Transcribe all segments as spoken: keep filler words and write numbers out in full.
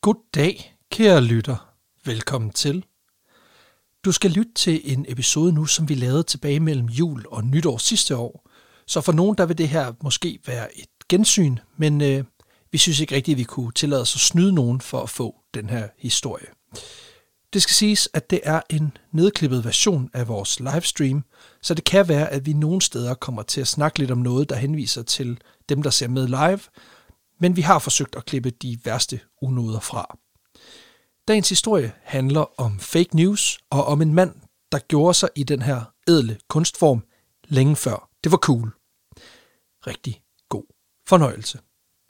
Goddag, kære lytter. Velkommen til. Du skal lytte til en episode nu, som vi lavede tilbage mellem jul og nytår sidste år. Så for nogen, der vil det her måske være et gensyn, men øh, vi synes ikke rigtigt, at vi kunne tillade os at snyde nogen for at få den her historie. Det skal siges, at det er en nedklippet version af vores livestream, så det kan være, at vi nogle steder kommer til at snakke lidt om noget, der henviser til dem, der ser med live, men vi har forsøgt at klippe de værste unåder fra. Dagens historie handler om fake news og om en mand, der gjorde sig i den her ædle kunstform længe før det var cool. Rigtig god fornøjelse.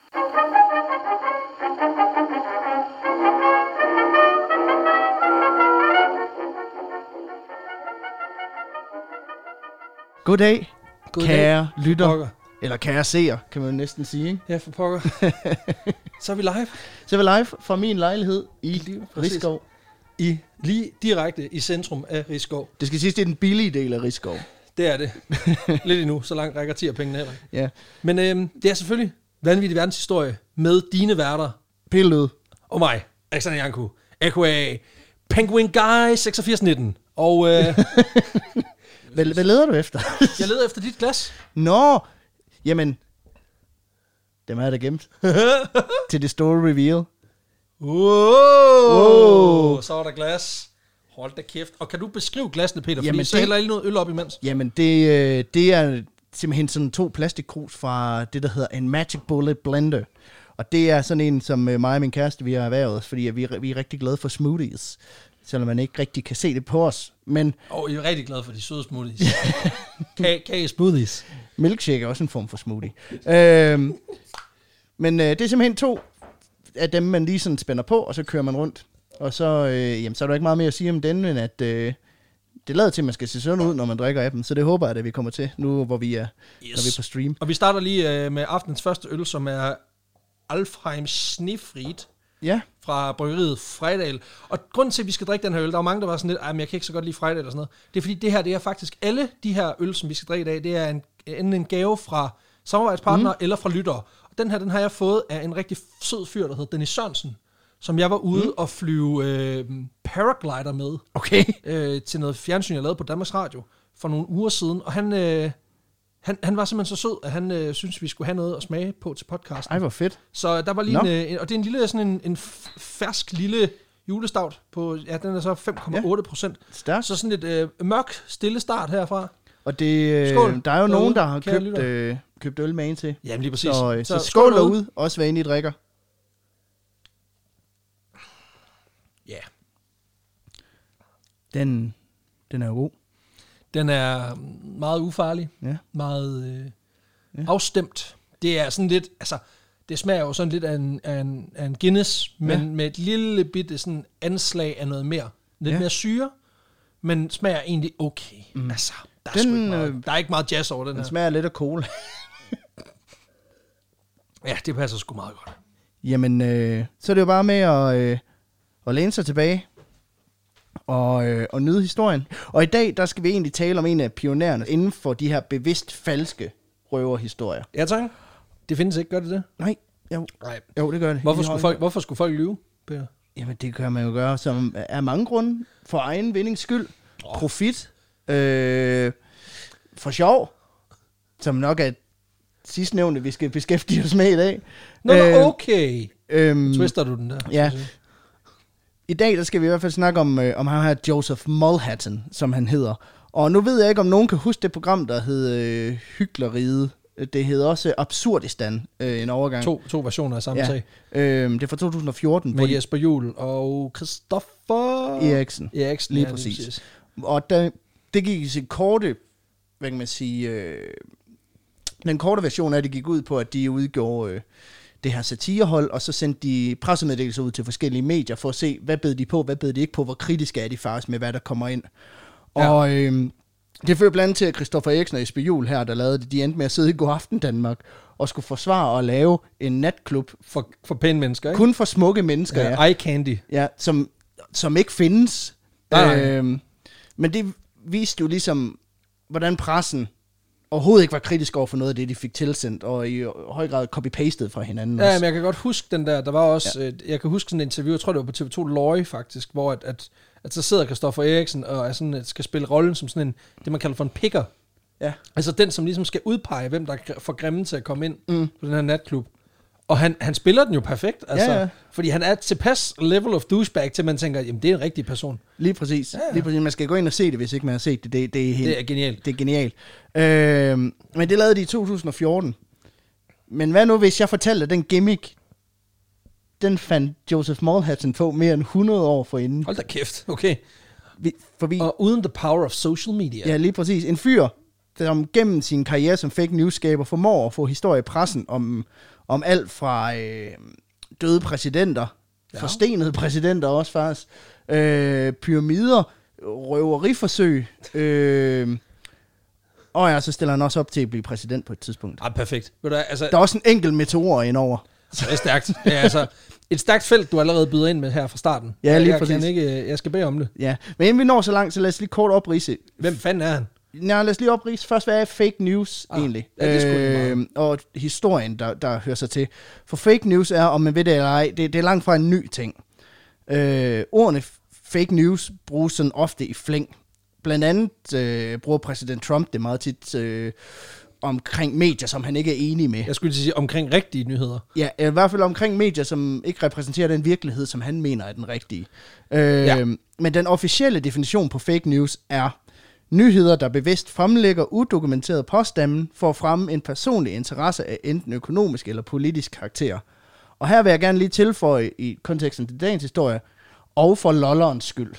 Goddag, God kære dag. lytter, Pokker. eller kære seer, kan man næsten sige, ikke? Ja, for pokker. Så er vi live. Så er vi live fra min lejlighed i Lige præcis. Risskov. I lige direkte i centrum af Risskov. Det skal siges, det er den billige del af Risskov. Det er det. Lidt endnu, så langt rækker tierpengene heller. Ja. Men øhm, det er selvfølgelig vanvittig verdenshistorie med dine værter Pillød. og mig, Alexander Janku, a k a. Penguin Guy seksogfirs nitten. Og øh, Hvad, hvad leder du efter? jeg leder efter dit glas. Nå, jamen, dem er der gemt til det store reveal. Wow, Wow. Så var der glas. Hold da kæft. Og kan du beskrive glasene, Peter? Jamen, Fordi så det- hælder jeg lige noget øl op imens. Jamen, det, øh, det er simpelthen sådan to plastikkrus fra det, der hedder en Magic Bullet Blender. Og det er sådan en, som øh, mig og min kæreste, vi har erhvervet, fordi vi er, vi er rigtig glade for smoothies. Selvom man ikke rigtig kan se det på os. Men Og oh, jeg er rigtig glad for de søde smoothies. Kage, kage smoothies. milkshake er også en form for smoothie. øhm, men øh, det er simpelthen to af dem, man lige sådan spænder på, og så kører man rundt. Og så, øh, jamen, så er der ikke meget mere at sige om den, end at øh, det lader til, at man skal se sådan ud, når man drikker af dem. Så det håber jeg, at vi kommer til, nu hvor vi er, Yes. når vi er på stream. Og vi starter lige øh, med aftens første øl, som er Alfheim Schneefried Ja, fra bryggeriet Frejdal. Og grunden til, at vi skal drikke den her øl, der er mange, der var sådan lidt, men jeg kan ikke så godt lide Frejdal og sådan noget. Det er fordi, det her, det er faktisk alle de her øl, som vi skal drikke i dag, det er en, enten en gave fra samarbejdspartnere mm. eller fra lyttere. Og den her, den har jeg fået af en rigtig sød fyr, der hedder Dennis Sørensen, som jeg var ude mm. og flyve øh, paraglider med okay. øh, til noget fjernsyn, jeg lavede på Danmarks Radio for nogle uger siden. Og han, øh, han, han var simpelthen så sød, at han øh, synes vi skulle have noget at smage på til podcasten. Ej, hvor fedt. Så der var lige Nå. en, øh, og det er en lille, sådan en, en f- fersk lille julestavt på, ja, den er så fem komma otte procent. Stærkt. Så sådan lidt øh, mørk, stille start herfra. Og det, øh, Skål der er jo derude, nogen, der har kære købt, lytter. øh, købt øl med en til. Jamen lige præcis. Så, øh, så, så skål derude, også hvad end I drikker. Ja, Den, den er jo god. den er meget ufarlig, Ja. meget øh, Ja. afstemt. Det er sådan lidt, altså, det smager jo sådan lidt af en, af en, af en Guinness, men Ja. med et lille bitte sådan anslag af noget mere. Lidt Ja. mere syre, men smager egentlig okay. Mm. Altså, der er, Den, sgu ikke meget, øh, der er ikke meget jazz over den, Den her. smager lidt af cola. Ja, det passer sgu meget godt. Jamen, øh, så er det jo bare med at, øh, at læne sig tilbage og, øh, og nyde historien. Og i dag, der skal vi egentlig tale om en af pionererne inden for de her bevidst falske røverhistorier. Ja, tak. Det findes ikke, gør det det? Nej, jo, Nej. jo det gør det. Hvorfor I skulle, høj- folk, hvorfor skulle folk lyve, Peter? Jamen, det kan man jo gøre som er mange grunde. For egen vindings skyld. Åh. Profit. Øh, for sjov. Som nok er sidstnævnte, vi skal beskæftige os med i dag. Nå, Øh, øh, okay. Øhm, Twister du den der? ja. synes jeg. I dag der skal vi i hvert fald snakke om, øh, om ham her Joseph Mulhattan, som han hedder. Og nu ved jeg ikke, om nogen kan huske det program, der hed øh, Hykleriet. Det hed også Absurdistan, øh, en overgang. To, to versioner af samme Ja. sag. Øh, det er fra to tusind og fjorten. Med hvor Jesper Juhl og Christoffer Eriksen. Eriksen. Lige ja, præcis. Og der, det gik i sin korte, hvad kan man sige, øh, den korte version af det gik ud på, at de udgjorde øh, det her satirehold, og så sendte de pressemeddelelser ud til forskellige medier for at se, hvad bed de på, hvad bed de ikke på, hvor kritiske er de faktisk med, hvad der kommer ind. Ja. Og øh, det førte blandt andet til, at Christoffer Eriksen og Jesper Juhl her, der lavede det, de endte med at sidde i Godaften Danmark og skulle forsvare og lave en natklub For, for pæne mennesker, ikke? kun for smukke mennesker, ja. Ja, eye candy. Ja, som, som ikke findes. Nej, nej. Øhm, men det viste jo ligesom, hvordan pressen overhovedet ikke var kritisk over for noget af det, de fik tilsendt, og i høj grad copy-pastet fra hinanden. Ja, men jeg kan godt huske den der, der var også, ja. et, jeg kan huske sådan en interview, jeg tror det var på T V to Løje faktisk, hvor at, at, at så sidder Kristoffer Eriksen og er sådan, skal spille rollen som sådan en, det man kalder for en picker. Ja. Altså den, som ligesom skal udpege, hvem der er for grimme til at komme ind mm. på den her natklub. Og han, han spiller den jo perfekt, altså, ja, ja. fordi han er tilpas level of douchebag, til man tænker, jamen det er en rigtig person. Lige præcis. Ja, ja. Lige præcis. Man skal gå ind og se det, hvis ikke man har set det. Det, det, er, helt, det er genialt. Det er genialt. Øh, men det lavede de i to tusind og fjorten. Men hvad nu, hvis jeg fortalte, at den gimmick, den fandt Joseph Malhatan på mere end hundrede år forinden. Hold da kæft, okay. Vi, for vi, og uden the power of social media. Ja, lige præcis. En fyr, som gennem sin karriere som fake news-skaber formår at få historie i pressen om, om alt fra øh, døde præsidenter, ja. forstenede præsidenter også faktisk, øh, pyramider, røveriforsøg, øh, og ja, så stiller han også op til at blive præsident på et tidspunkt. Ah, perfekt. Ved du, altså, der er også en enkelt meteor indover. Så det er stærkt. Ja, altså, et stærkt felt, du allerede byder ind med her fra starten. Ja, lige jeg, præcis. Kan ikke, jeg skal bede om det. Ja, men inden vi når så langt, så lad os lige kort oprise. Hvem fanden er han? Ja, lad os lige oprise først, hvad er fake news ah, egentlig? Ja, det er øh, og historien, der, der hører sig til. For fake news er, om man ved det eller ej, det, det er langt fra en ny ting. Øh, ordene fake news bruges sådan ofte i flæng. Blandt andet øh, bruger præsident Trump det meget tit øh, omkring medier, som han ikke er enig med. Jeg skulle sige omkring rigtige nyheder. Ja, i hvert fald omkring medier, som ikke repræsenterer den virkelighed, som han mener er den rigtige. Øh, ja. Men den officielle definition på fake news er nyheder, der bevidst fremlægger udokumenteret påstande for at fremme en personlig interesse af enten økonomisk eller politisk karakter. Og her vil jeg gerne lige tilføje i konteksten til dagens historie, og for lollerens skyld.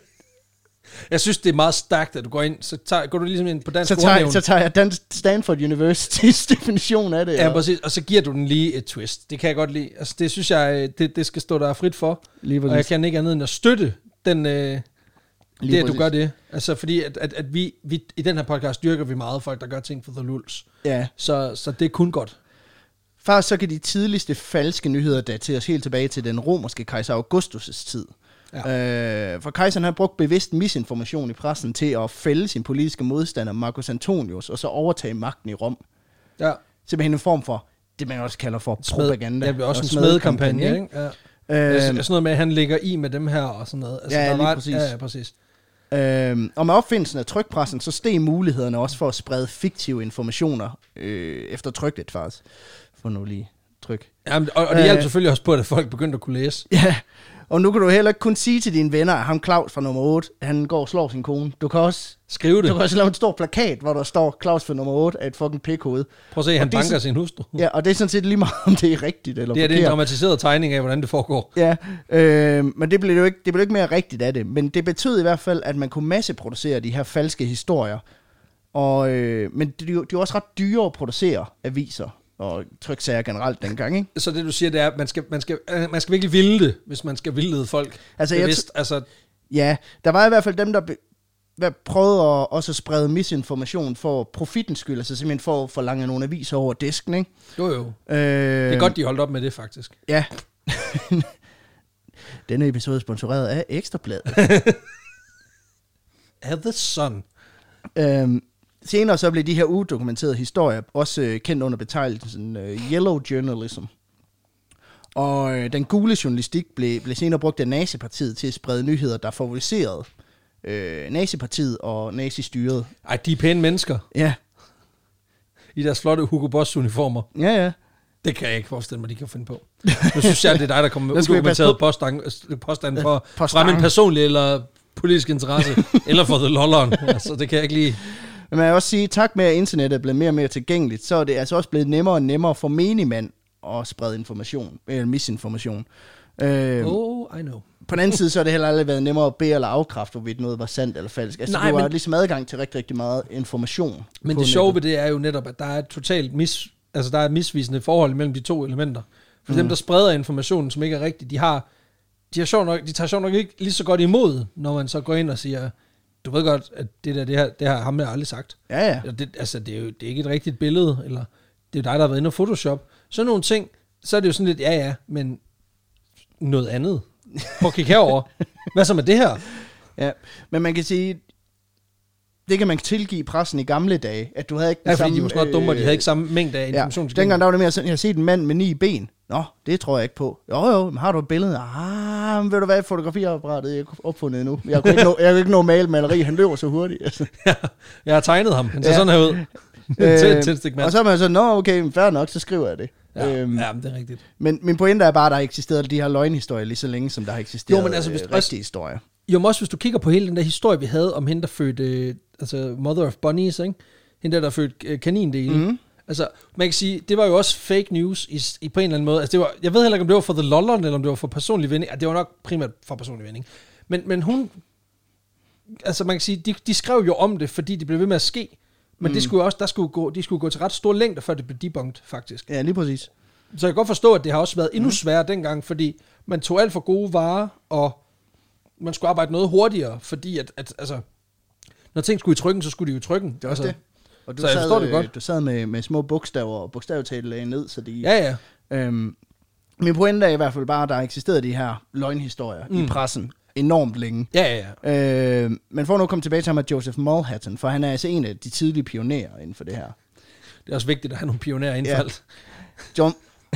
Jeg synes, det er meget stærkt, at du går ind, så tager, går du ligesom ind på dansk så tager, så tager jeg Dan Stanford Universitys definition af det. Ja, præcis, og så giver du den lige et twist. Det kan jeg godt lide. Altså, det synes jeg, det, det skal stå der frit for. Lige og jeg kan ikke andet end at støtte den, øh, det, at du gør det. Altså, fordi at, at, at vi, vi, i den her podcast dyrker vi meget folk, der gør ting for the lulz. Ja. Så, så det er kun godt. Faktisk så kan de tidligste falske nyheder dateres helt tilbage til den romerske kejser Augustus' tid. Ja. Øh, for kejseren har brugt bevidst misinformation i pressen til at fælde sin politiske modstander Marcus Antonius, og så overtage magten i Rom. Ja. Simpelthen en form for, det man også kalder for Smed, propaganda. Det bliver også en smedekampagne, ikke? Ja. Øh, sådan noget med, at han ligger i med dem her og sådan noget. Altså, ja, der lige var, præcis. Ja, ja, præcis. Øh, og med opfindelsen af trykpressen, så steg mulighederne også for at sprede fiktive informationer øh, efter trykket faktisk. For nu lige tryk. Ja, og, og det hjalp øh, selvfølgelig også på, at folk begyndte at kunne læse. Ja, og nu kan du heller ikke kun sige til dine venner, at ham Claus fra nummer otte, han går og slår sin kone. Du kan også skrive det. Du kan også lave en stor plakat, hvor der står Claus fra nummer otte af et fucking pikhoved. Prøv at se, han banker så, sin hustru. Ja, og det er sådan set lige meget, om det er rigtigt eller det er forkert. Det er en dramatiseret tegning af, hvordan det foregår. Ja, øh, men det blev jo ikke, det blev ikke mere rigtigt af det. Men det betød i hvert fald, at man kunne masseproducere de her falske historier. Og, øh, men de, de er jo også ret dyre at producere aviser og tryksager generelt dengang, ikke? Så det du siger, det er, at man skal, man skal, man skal virkelig ville det, hvis man skal vildlede folk. Altså, jeg bevidst, altså... Ja, der var i hvert fald dem, der be, prøvede at også sprede misinformation for profitens skyld, altså simpelthen for at forlange nogle aviser over disken, ikke? Jo, jo. Øh, det er godt, de holdt op med det, faktisk. Ja. Denne episode er sponsoreret af Ekstrabladet. Af The Sun. Øhm, Senere så blev de her udokumenterede historier også øh, kendt under betegnelsen øh, yellow journalism. Og øh, den gule journalistik blev, blev senere brugt af nazipartiet til at sprede nyheder, der favoriserede øh, nazipartiet og nazistyret. Ej, de er pæne mennesker. Ja. I deres flotte Hugo Boss uniformer. Ja, ja. Det kan jeg ikke forestille mig, de kan finde på. Nu synes jeg, det er dig, der kommer med udokumenteret påstand, påstand for at fremme en personlig eller politisk interesse, eller for the lolleren. Altså, det kan jeg ikke lige... Men man kan også sige, at tak med, at internettet er blevet mere og mere tilgængeligt, så er det altså også blevet nemmere og nemmere for menigmand at sprede information, eller misinformation. Øh, oh, I know. På den anden side, så har det heller aldrig været nemmere at bede eller afkræfte, hvorvidt noget var sandt eller falsk. Altså, Nej, du har men... ligesom adgang til rigtig, rigtig meget information. Men det sjove ved det er jo netop, at der er et totalt mis, altså der er et misvisende forhold mellem de to elementer. For mm. dem, der spreder informationen, som ikke er rigtig, de har, de har sjov nok, de tager sjov nok ikke lige så godt imod, når man så går ind og siger, du ved godt, at det der, det her, det har ham jeg aldrig sagt. Ja, ja. Det, altså, det er jo det er ikke et rigtigt billede, eller det er dig, der har været inde og Photoshop. Så nogle ting, så er det jo sådan lidt, ja ja, men noget andet. Prøv at kigge herover. Hvad så med det her? Ja, men man kan sige, det kan man tilgive pressen i gamle dage, at du havde ikke ja, den fordi samme... de var snart dumme, og de havde ikke samme mængde af information. Ja, dengang der var det mere sådan, jeg har set en mand med ni ben. Nå, det tror jeg ikke på. Jo jo, men har du et billede? Ah, men ved du hvad, fotografiapparatet er opfundet nu. Jeg kan ikke nå, jeg kan ikke nå male maleri, han løber så hurtigt. Altså. Ja, jeg har tegnet ham, han ser ja. sådan her ud. øh, og så er man så, nå okay, fair nok, så skriver jeg det. Ja, øhm, ja det er rigtigt. Men min pointe er bare, at der har eksisteret de her løgnhistorier lige så længe, som der har eksisteret jo, men altså, hvis, øh, rigtige historier. Jo, men også hvis du kigger på hele den der historie, vi havde om hende, der fødte, øh, altså Mother of Bunnies, ikke? Hende der, der fødte øh, kanindele. Mm-hmm. Altså, man kan sige, det var jo også fake news i, i på en eller anden måde. Altså, det var, jeg ved heller ikke, om det var for The Lollon, eller om det var for personlig vinding. Altså, det var nok primært for personlig vinding. Men, men hun, altså man kan sige, de, de skrev jo om det, fordi det blev ved med at ske. Men mm. det skulle også, der skulle gå, de skulle gå til ret store længder, før det blev debunked, faktisk. Ja, lige præcis. Så jeg kan godt forstå, at det har også været endnu sværere mm. dengang, fordi man tog alt for gode varer, og man skulle arbejde noget hurtigere, fordi at, at altså, når ting skulle i trykken, så skulle de jo i trykken. Det var også altså, det. Og du så sad, jeg forstår det godt. Du sad med, med små bogstaver og bogstavtale ned, så de... Ja, ja. Øhm, min pointe er i hvert fald bare, at der eksisterede de her løgnhistorier mm. i pressen enormt længe. Ja, ja, ja. Øh, men for nu at komme tilbage til ham med Joseph Mulhattan, for han er altså en af de tidlige pionerer inden for det her. Det er også vigtigt at have nogle pionerer inden for ja. alt. John,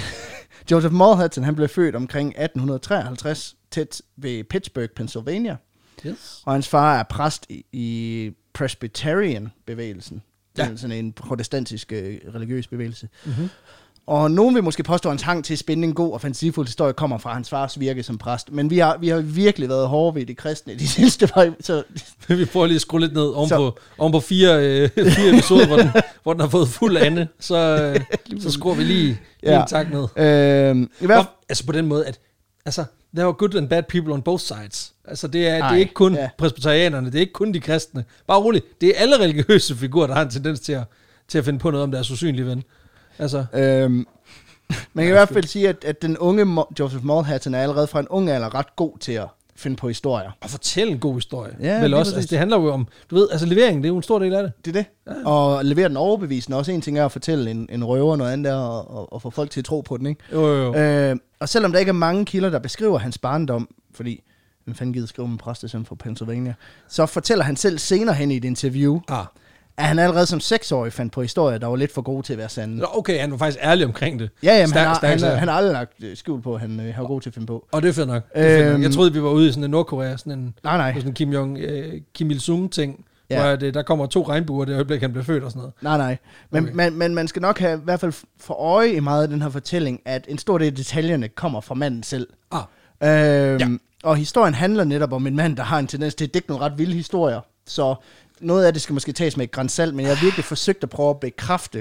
Joseph Mulhattan, han blev født omkring atten treoghalvtreds, tæt ved Pittsburgh, Pennsylvania. Yes. Og hans far er præst i, i Presbyterian-bevægelsen. Det er ja. sådan en protestantisk øh, religiøs bevægelse. Mm-hmm. Og nogen vil måske påstå, at hans hang til at spænde en god og fantasifuld historie kommer fra hans fars virke som præst. Men vi har, vi har virkelig været hårde ved de kristne de sidste par... Så vi prøver lige at skrue lidt ned oven, på, oven på fire, øh, fire episoder, hvor den, hvor den har fået fuld ande. Så, øh, så skruer vi lige, lige ja. en tak ned. Øh, i hvert... Altså på den måde, at altså, there are good and bad people on both sides. Altså det er, Ej, det er ikke kun ja. presbyterianerne, det er ikke kun de kristne. Bare roligt, det er alle religiøse figurer, der har en tendens til at, til at finde på noget om deres usynlige ven. Altså. Øhm, man kan i hvert fald sige, at, at den unge Mo- Joseph Mulhattan er allerede fra en ung alder ret god til at finde på historier. Og fortælle en god historie. Ja, vel også. Altså, det handler jo om, du ved, altså leveringen, det er jo en stor del af det. Det er det. Ja. Og levere den overbevisende. Også en ting er at fortælle en, en røver noget andet, og, og, og få folk til at tro på den, ikke? Jo, jo, jo. Øh, og selvom der ikke er mange kilder, der beskriver hans barndom, fordi hvem fanden gider skrive om en præstesøn fra Pennsylvania, så fortæller han selv senere hen i et interview, ah. at han allerede som seksårig fandt på historier, der var lidt for gode til at være sande. Okay, han var faktisk ærlig omkring det. Ja, jamen, stærk, han, har, han, han har aldrig lagt skjul på, at han øh, har god til at finde på. Og det er fedt nok. Det er fedt nok. Jeg troede, vi var ude i sådan en Nordkorea, sådan en, nej, nej. sådan en Kim Jong, øh, Kim Il-sung-ting, ja. Hvor det, der kommer to regnbuer, det øjeblik, han bliver født og sådan noget. Nej, nej. Men, okay. men, men man skal nok have i hvert fald for øje i meget af den her fortælling, at en stor del af detaljerne kommer fra manden selv. Ah. Øhm, ja. Og historien handler netop om en mand, der har en tendens til at dække nogle ret vilde historier. Så noget af det skal måske tages med et gran salt, men jeg har virkelig forsøgt at prøve at bekræfte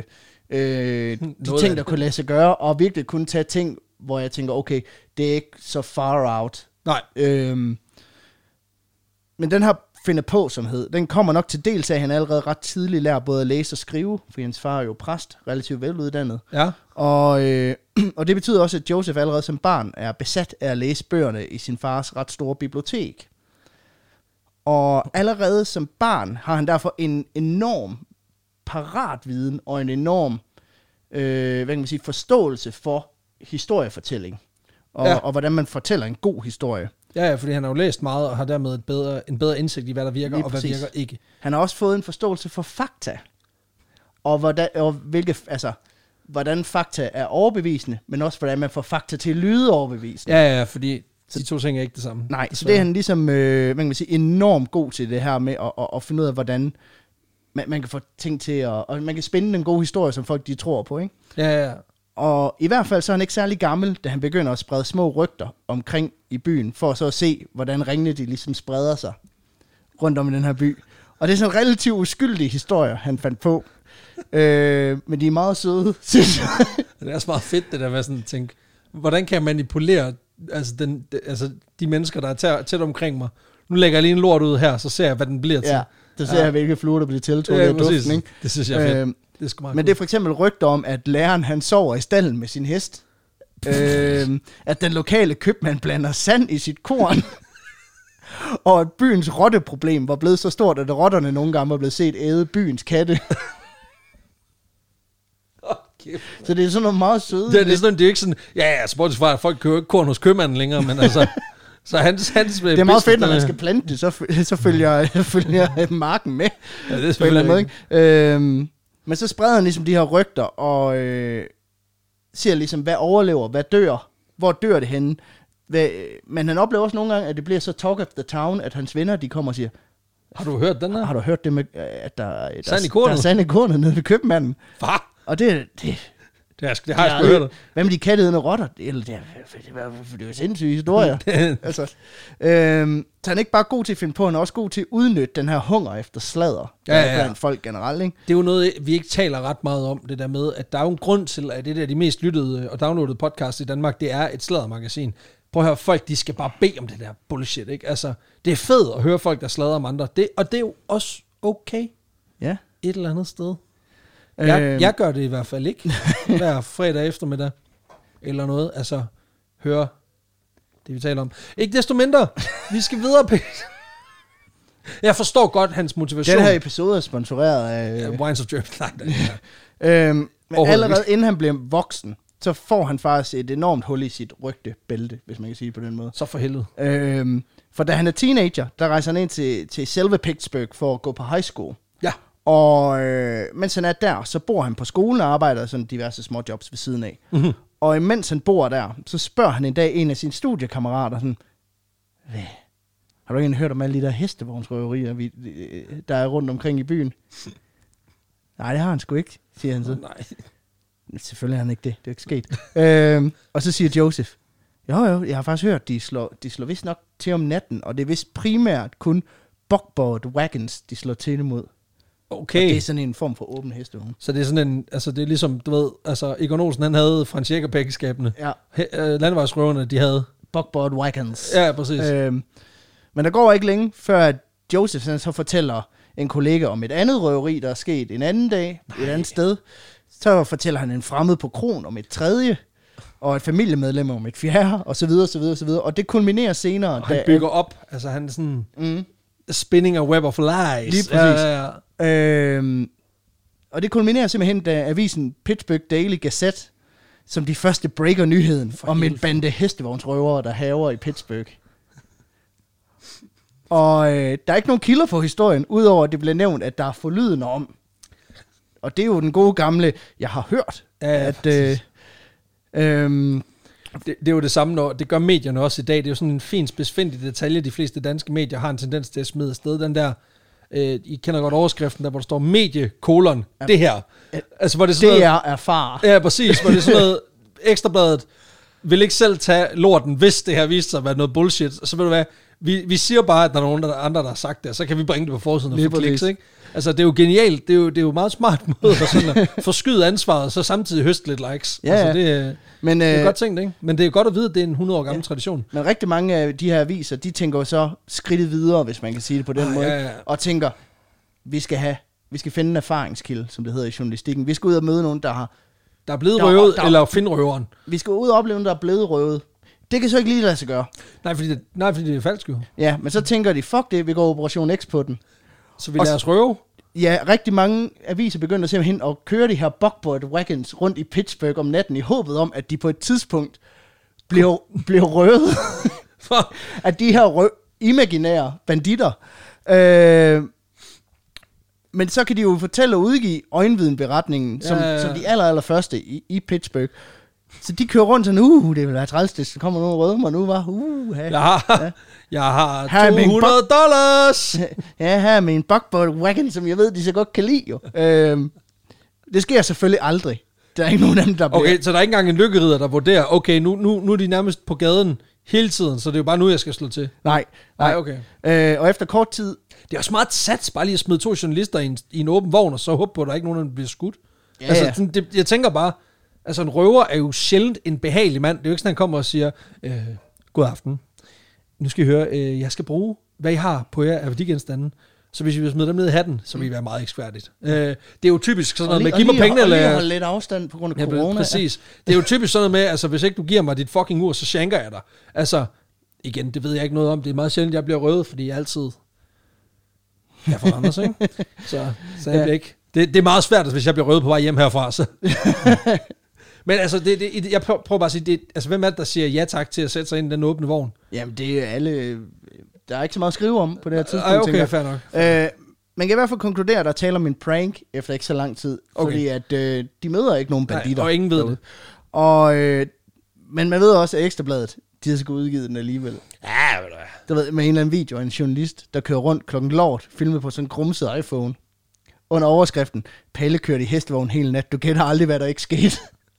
øh, de ting, der kunne lade sig gøre, og virkelig kunne tage ting, hvor jeg tænker, okay, det er ikke så far out. Nej. Øhm, men den her finder på, som hed, den kommer nok til dels af, at han allerede ret tidligt lærer både at læse og skrive, fordi hans far er jo præst, relativt veluddannet. Ja. Og, øh, og det betyder også, at Joseph allerede som barn er besat af at læse bøgerne i sin fars ret store bibliotek. Og allerede som barn har han derfor en enorm paratviden og en enorm øh, hvad kan man sige, forståelse for historiefortælling. Og, ja. og hvordan man fortæller en god historie. Ja, ja, fordi han har jo læst meget og har dermed et bedre, en bedre indsigt i, hvad der virker Lige og præcis. Hvad virker ikke. Han har også fået en forståelse for fakta. Og, hvordan, og hvilke, altså, hvordan fakta er overbevisende, men også hvordan man får fakta til at lyde overbevisende. Ja, ja, fordi de to ting er ikke det samme. Nej, så det er han ligesom øh, man kan man sige, enormt god til det her med at, at, at finde ud af, hvordan man, man kan få ting til at... Og man kan spænde en god historie, som folk de tror på, ikke? Ja, ja, ja. Og i hvert fald så er han ikke særlig gammel, da han begynder at sprede små rygter omkring i byen, for så at se, hvordan ringene de ligesom spreder sig rundt om i den her by. Og det er sådan en relativt uskyldig historie, han fandt på. øh, men de er meget søde, synes jeg. Det er også meget fedt, det der med sådan at tænke, hvordan kan jeg manipulere altså, den, altså de mennesker, der er tæt, tæt omkring mig. Nu lægger jeg lige en lort ud her, så ser jeg, hvad den bliver til. Ja, så ser ja. jeg, hvilke fluer, der bliver tiltrukket ja, af duften. Ikke? Det synes jeg er fedt. Øh, det er men det er for eksempel rygter om, at læreren han sover i stallen med sin hest. øh, at den lokale købmand blander sand i sit korn. Og at byens rotteproblem var blevet så stort, at rotterne nogle gange var blevet set æde byens katte. Okay. Så det er sådan noget meget søde. Det, det er sådan, det er ikke sådan, ja, ja, så bortset fra, at folk køber ikke korn hos købmanden længere, men altså, Så hans, hans det er meget fedt, når man skal plante det, så, så følger, følger marken med. Ja, det er selvfølgelig måde, ikke? Øhm, men så spreder han ligesom de her rygter, og øh, siger ligesom, hvad overlever, hvad dør, hvor dør det henne. Hvad, men han oplever også nogle gange, at det bliver så talk of the town, at hans venner, de kommer og siger, har du hørt den her? Har, har du hørt det med, at der, der, sand i der er sand i kornet nede ved købmanden? Hvad? Og det, det Det, er, det har jeg sgu hørt. Hvad med de katteædende rotter? Det, det, det, det er jo sindssyge historier. altså, øhm, så han er ikke bare god til at finde på, han er også god til at udnytte den her hunger efter sladder. Ja, ja, ja. Blandt folk generelt, ikke? Det er jo noget, vi ikke taler ret meget om, det der med, at der er jo en grund til, at det der de mest lyttede og downloadede podcast i Danmark, det er et sladdermagasin. Prøv at høre, folk, de skal bare bede om det der bullshit, ikke? Altså, det er fedt at høre folk, der sladder om andre. Det, og det er jo også okay. Ja. Et eller andet sted. Jeg, øhm. jeg gør det i hvert fald ikke. Hver fredag eftermiddag. Eller noget. Altså, høre det, vi taler om. Ikke desto mindre. Vi skal videre, Peter. Jeg forstår godt hans motivation. Den her episode er sponsoreret af... Ja, Wines of Germany. Nej, det øhm, men allerede inden han bliver voksen, så får han faktisk et enormt hul i sit rygtebælte, hvis man kan sige det på den måde. Så for helvede. Øhm, for da han er teenager, der rejser han ind til, til selve Pittsburgh for at gå på high school. Ja. Og øh, mens han er der, så bor han på skolen og arbejder sådan diverse små jobs ved siden af. Mm-hmm. Og mens han bor der, så spørger han en dag en af sine studiekammerater sådan, hvad? Har du ikke hørt om alle de der hestevognsrøverier, vi, der er rundt omkring i byen? Nej, det har han sgu ikke, siger han så. Oh, nej. Selvfølgelig har han ikke det, det er ikke sket. øhm, og så siger Joseph, jo jo, jeg har faktisk hørt, de slår, de slår vist nok til om natten, og det er vist primært kun buckboard wagons, de slår til imod. Okay. Og det er sådan en form for åben hestevogn. Så det er sådan en, altså det er ligesom, du ved, altså Egon Olsen, han havde Frans Jäger-pækkeskabene. Ja. He- øh, landevejsrøverne, de havde buckboard wagons. Ja, præcis. Øhm, men der går ikke længe, før Joseph så fortæller en kollega om et andet røveri, der er sket en anden dag, Nej. et andet sted. Så fortæller han en fremmed på kron om et tredje, og et familiemedlem om et fjerde, og så videre, så videre, så videre. Og det kulminerer senere. Og han bygger op, altså han er sådan mm. spinning a web of lies. Lige præcis. Ja, ja, ja. Øhm, og det kulminerer simpelthen, da avisen Pittsburgh Daily Gazette, som de første breaker nyheden For om en bande hestevognsrøvere, der haver i Pittsburgh. Og øh, der er ikke nogen kilder på historien, udover at det bliver nævnt, at der er forlydende om. Og det er jo den gode gamle, jeg har hørt, ja, at... Øh, øh, det, det er jo det samme, når det gør medierne også i dag. Det er jo sådan en fin, spidsfindig detalje, de fleste danske medier har en tendens til at smide afsted. Den der, øh, I kender godt overskriften, der hvor der står mediekolon, ja, det her. Altså, hvor det, sådan det noget, er erfar. Ja, præcis. Hvor det er sådan noget, Ekstrabladet vil ikke selv tage lorten, hvis det her viste sig at være noget bullshit. Så ved du hvad, vi, vi siger bare, at der er nogen der, andre, der har sagt det, så kan vi bringe det på forsiden og få kliks, ikke? Altså, det er jo genialt. Det er jo, det er jo meget smart måde at, sådan at forskyde ansvaret, så samtidig høste lidt likes. Ja, altså, det, men, det er øh, godt tænkt, ikke? Men det er godt at vide, at det er en hundrede år gammel ja. tradition. Men rigtig mange af de her aviser, de tænker jo så skridtet videre, hvis man kan sige det på den ah, måde, ja, ja. og tænker, vi skal have, vi skal finde en erfaringskilde, som det hedder i journalistikken. Vi skal ud og møde nogen, der har... Der er blevet der, røvet, der, eller finde røveren. Vi skal ud og opleve nogen, der er blevet røvet. Det kan så ikke lige lade sig gøre. Nej, fordi det, nej, fordi det er falsk jo. Ja, men så tænker de, fuck det, vi går Operation X på den. Så vi lader os røve? Ja, rigtig mange aviser begynder simpelthen at køre de her buckboard wagons rundt i Pittsburgh om natten, i håbet om, at de på et tidspunkt bliver, bliver røvet. At de her rø- imaginære banditter. Øh, men så kan de jo fortælle og udgive øjenvidenberetningen, som, ja, ja, ja. som de aller, aller første i, i Pittsburgh. Så de kører rundt sådan, uh, det vil være træls, det kommer nogen røde mig nu, var. Uh, jeg har, ja. jeg har to hundrede dollars. Ja, her med en buckboard wagon, som jeg ved, de så godt kan lide jo. øhm, det sker selvfølgelig aldrig. Der er ikke nogen af dem, der bliver... Okay, så der er ikke engang en lykkerider, der vurderer, okay, nu, nu, nu er de nærmest på gaden hele tiden, så det er jo bare nu, jeg skal slå til. Nej, nej. nej okay. Øh, og efter kort tid... Det er også meget sats, bare lige at smide to journalister i en, i en åben vogn, og så håbe på, at der ikke nogen, der bliver skudt. Ja, altså, ja. Det, jeg tænker bare... Altså, en røver er jo sjældent en behagelig mand. Det er jo ikke sådan, han kommer og siger, øh, god aften. Nu skal I høre, øh, jeg skal bruge, hvad I har på jer af værdigenstande. Så hvis vi smider dem ned i hatten, så vil I være meget ekskværdigt. Øh, det er jo typisk sådan noget med, giv mig pengene, eller... Og lige holde lidt afstand på grund af corona. Ja, præcis. Det er jo typisk sådan noget med, altså, hvis ikke du giver mig dit fucking ur, så shanker jeg dig. Altså, igen, det ved jeg ikke noget om. Det er meget sjældent, jeg bliver røvet, fordi jeg altid... Jeg får Anders, ikke? Så, så jeg ja. bliver ikke... Det, det er meget svært, hvis jeg bliver røvet på vej hjem herfra, så... Men altså, det, det, jeg prøver, prøver bare at sige, det, altså, hvem er det, der siger ja tak til at sætte sig ind i den åbne vogn? Jamen, det er alle... Der er ikke så meget at skrive om på det her tidspunkt. Ej, okay, fair nok. Øh, man kan i hvert fald konkludere, at der taler om en prank efter ikke så lang tid. Okay. Fordi at øh, de møder ikke nogen banditter. Nej, og ingen ved derude. det. Og, øh, men man ved også, at Ekstrabladet, de har sgu udgivet den alligevel. Ja, ved du hvad. Der ved, med en eller anden video af en journalist, der kører rundt klokken lort, filmet på sådan en grumset iPhone. Under overskriften, Palle kørte i hestevogn hele nat. Du kender aldrig, hvad der ikke skete.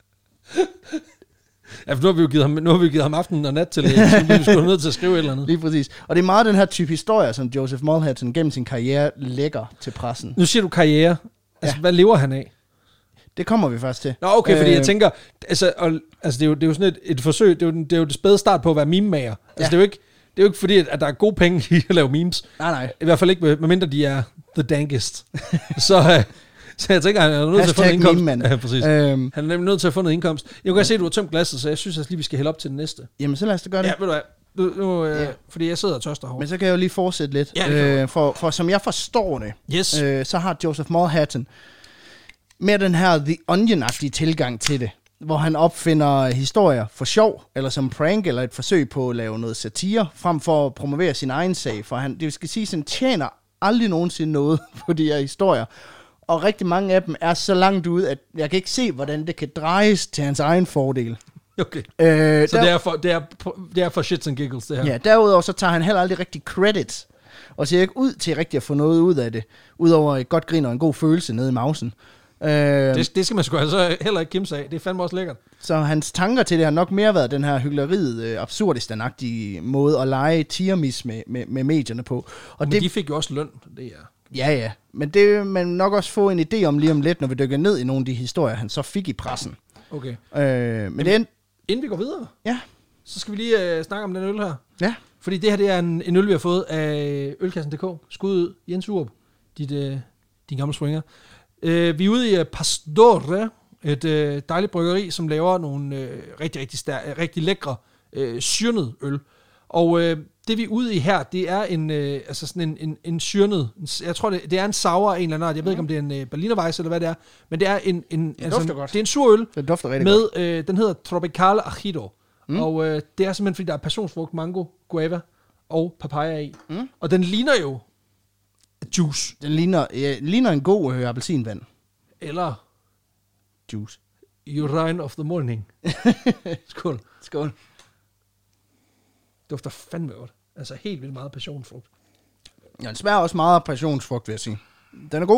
Ja, for nu har vi jo givet ham, nu har vi givet ham aften og nat til, så vi skulle nødt til at skrive et eller andet. Lige præcis. Og det er meget den her type historie, som Joseph Mulhausen gennem sin karriere lægger til pressen. Nu siger du karriere. Altså, ja. Hvad lever han af? Det kommer vi først til. Nå, okay, øh, fordi jeg tænker, altså, og, altså det, er jo, det er jo sådan et, et forsøg, det er jo, det er jo det spæde start på at være meme-mager. Altså, ja. det, er jo ikke, det er jo ikke fordi, at der er gode penge i at lave memes. Nej, nej. I hvert fald ikke, medmindre de er the dankest. så, øh, så jeg tænker, han er nødt til at få en indkomst. Meme, ja, præcis. Øhm, han er nemlig nødt til at få noget indkomst. Jeg kan ja. se, at du har tømt glasset, så jeg synes altså lige, vi skal hælde op til den næste. Jamen, så lad os da gøre det. Ja, ved du hvad. Nu, nu, øh, ja. Fordi jeg sidder og tørster hårdt. Men så kan jeg jo lige fortsætte lidt. Ja, øh, for, for som jeg forstår det, yes. øh, så har Joseph Mulhausen med den her The Onion-agtige tilgang til det, hvor han opfinder historier for sjov, eller som prank, eller et forsøg på at lave noget satire, frem for at promovere sin egen sag. For han, det skal sige, han tjener aldrig nogensinde noget på de her historier. Og rigtig mange af dem er så langt ude, at jeg kan ikke se, hvordan det kan drejes til hans egen fordel. Okay. Øh, så der, det, er for, det, er, det er for shits and giggles, det her. Ja, derudover så tager han heller aldrig rigtig credit, og ser ikke ud til rigtig at få noget ud af det, udover et godt grin og en god følelse nede i mausen. Øh, det, det skal man sgu altså heller ikke kimse af. Det er fandme også lækkert. Så hans tanker til det har nok mere været den her hykleriet, øh, absurdistanagtige måde at lege tiramis med, med, med medierne på. Og men det, de fik jo også løn, det er... Ja, ja. Men det vil man nok også få en idé om lige om lidt, når vi dykker ned i nogle af de historier, han så fik i pressen. Okay. Øh, men det, inden vi går videre, ja. så skal vi lige øh, snakke om den øl her. Ja. Fordi det her, det er en, en øl, vi har fået af Ølkassen punktum d k. Skud ud, Jens Urup, dit, øh, din gamle springer. Øh, vi er ude i uh, Pastore, et øh, dejligt bryggeri, som laver nogle øh, rigtig, rigtig, stær- rigtig lækre øh, syrnet øl. Og øh, det vi er ude i her, det er en, øh, altså sådan en, en, en syrnet, jeg tror det, det er en sour af en eller anden art, jeg ved ikke om det er en øh, Berliner Weisse eller hvad det er, men det er en, en altså, det er en sur øl, det dufter rigtig med, godt. Øh, den hedder Tropical Ajido, mm. og øh, det er simpelthen fordi der er passionsfrugt, mango, guava og papaya i, mm. og den ligner jo juice. Den ligner, ja, ligner en god øh, appelsinvand. Eller juice. Urine of the morning. Skål. Skål. Det dufter fandme godt. Altså helt vildt meget passionsfrugt. Ja, den smager også meget af passionsfrugt, vil jeg sige. Den er god.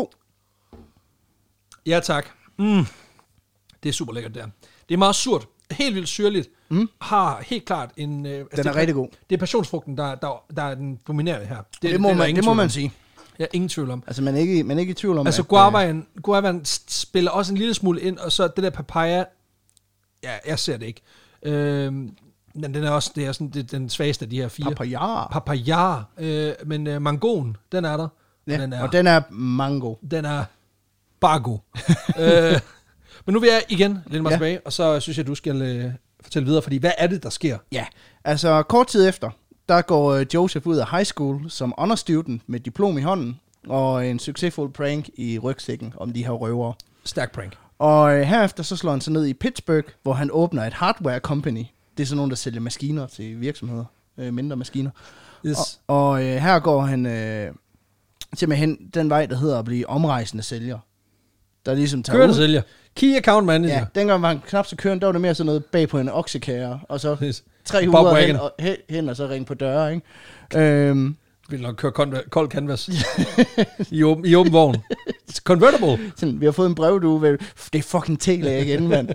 Ja, tak. Mm. Det er super lækkert der. Det er meget surt. Helt vildt syrligt. Mm. Har helt klart en... Øh, altså den er det, rigtig god. Det er passionsfrugten, der, der, der er den dominerende her. Det, det må, det, man, det må man sige. Ja, ingen tvivl om. Altså, man er ikke, man er ikke i tvivl om, altså, at... guavaen, guavaen spiller også en lille smule ind, og så det der papaya... Ja, jeg ser det ikke. Øhm... Men den er også, det er sådan, det er den svageste af de her fire. Papaya. Papaya. Øh, men øh, mangoen, den er der. Ja, og den er, og den er mango. Den er bare god. øh, men nu vil jeg igen linde mig ja. tilbage, og så synes jeg, du skal øh, fortælle videre, fordi hvad er det, der sker? Ja, altså kort tid efter, der går øh, Joseph ud af high school som honor student med diplom i hånden, og en succesfuld prank i rygsækken om de her røvere. Stærk prank. Og øh, herefter så slår han sig ned i Pittsburgh, hvor han åbner et hardware company. Det er sådan nogen, der sælger maskiner til virksomheder. Øh, mindre maskiner. Yes. Og, og øh, her går han øh, simpelthen den vej, der hedder at blive omrejsende sælger. Der ligesom tager kørende ud. Sælger. Key account manager. Ja, dengang var han knap så kørende, der var det mere sådan noget bag på en oksekære. Og så yes. tre huder hen og, hen og så ringe på døre, ikke? Øhm, vil nok køre kold canvas i, åben, i åben vogn. It's convertible. Sådan, vi har fået en brev, du ved. Det er fucking telag igen, mand.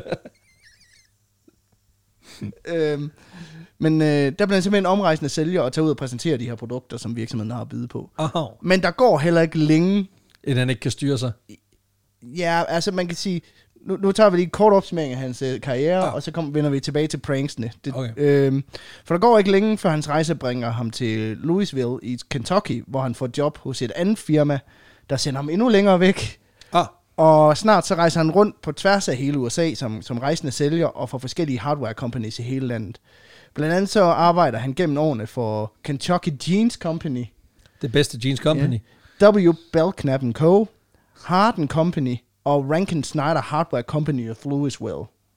øhm, men øh, der bliver han simpelthen omrejsende sælger og tager ud og præsenterer de her produkter, som virksomheden har at byde på. Aha. Men der går heller ikke længe. Inden han ikke kan styre sig. Ja, altså man kan sige, nu, nu tager vi lige en kort opsummering af hans øh, karriere, ah. og så kommer, vender vi tilbage til pranksene. Det, okay. øhm, for der går ikke længe, før hans rejse bringer ham til Louisville i Kentucky, hvor han får job hos et andet firma, der sender ham endnu længere væk. Ah. Og snart så rejser han rundt på tværs af hele U S A som, som rejsende sælger og for forskellige hardware companies i hele landet. Blandt andet så arbejder han gennem årene for Kentucky Jeans Company. Det bedste jeans company. Ja. W. Belknap and Co., Hard and Company og Rankin Snyder Hardware Company of Louisville.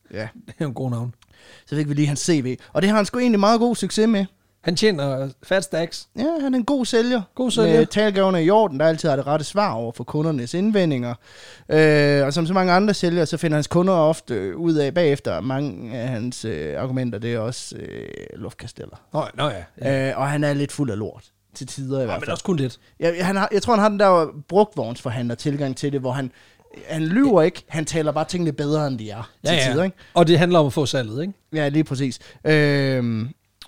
Ja. Det er en god navn. Så fik vi lige hans C V. Og det har han sgu egentlig meget god succes med. Han tjener fat stacks. Ja, han er en god sælger. God sælger. Med talegaverne i orden, der altid har det rette svar over for kundernes indvendinger. Øh, og som så mange andre sælgere, så finder hans kunder ofte ud af bagefter, mange af hans øh, argumenter, det er også øh, luftkasteller. Nå, nå ja. ja. Øh, og han er lidt fuld af lort. Til tider i ja, hvert fald. men også kun lidt. Jeg, han har, jeg tror, han har den der brugtvognsforhandler tilgang til det, hvor han, han lyver ikke, han taler bare tingene bedre, end de er ja, til ja. tider. Ikke? Og det handler om at få salget, ikke? Ja, lige præcis. Øh,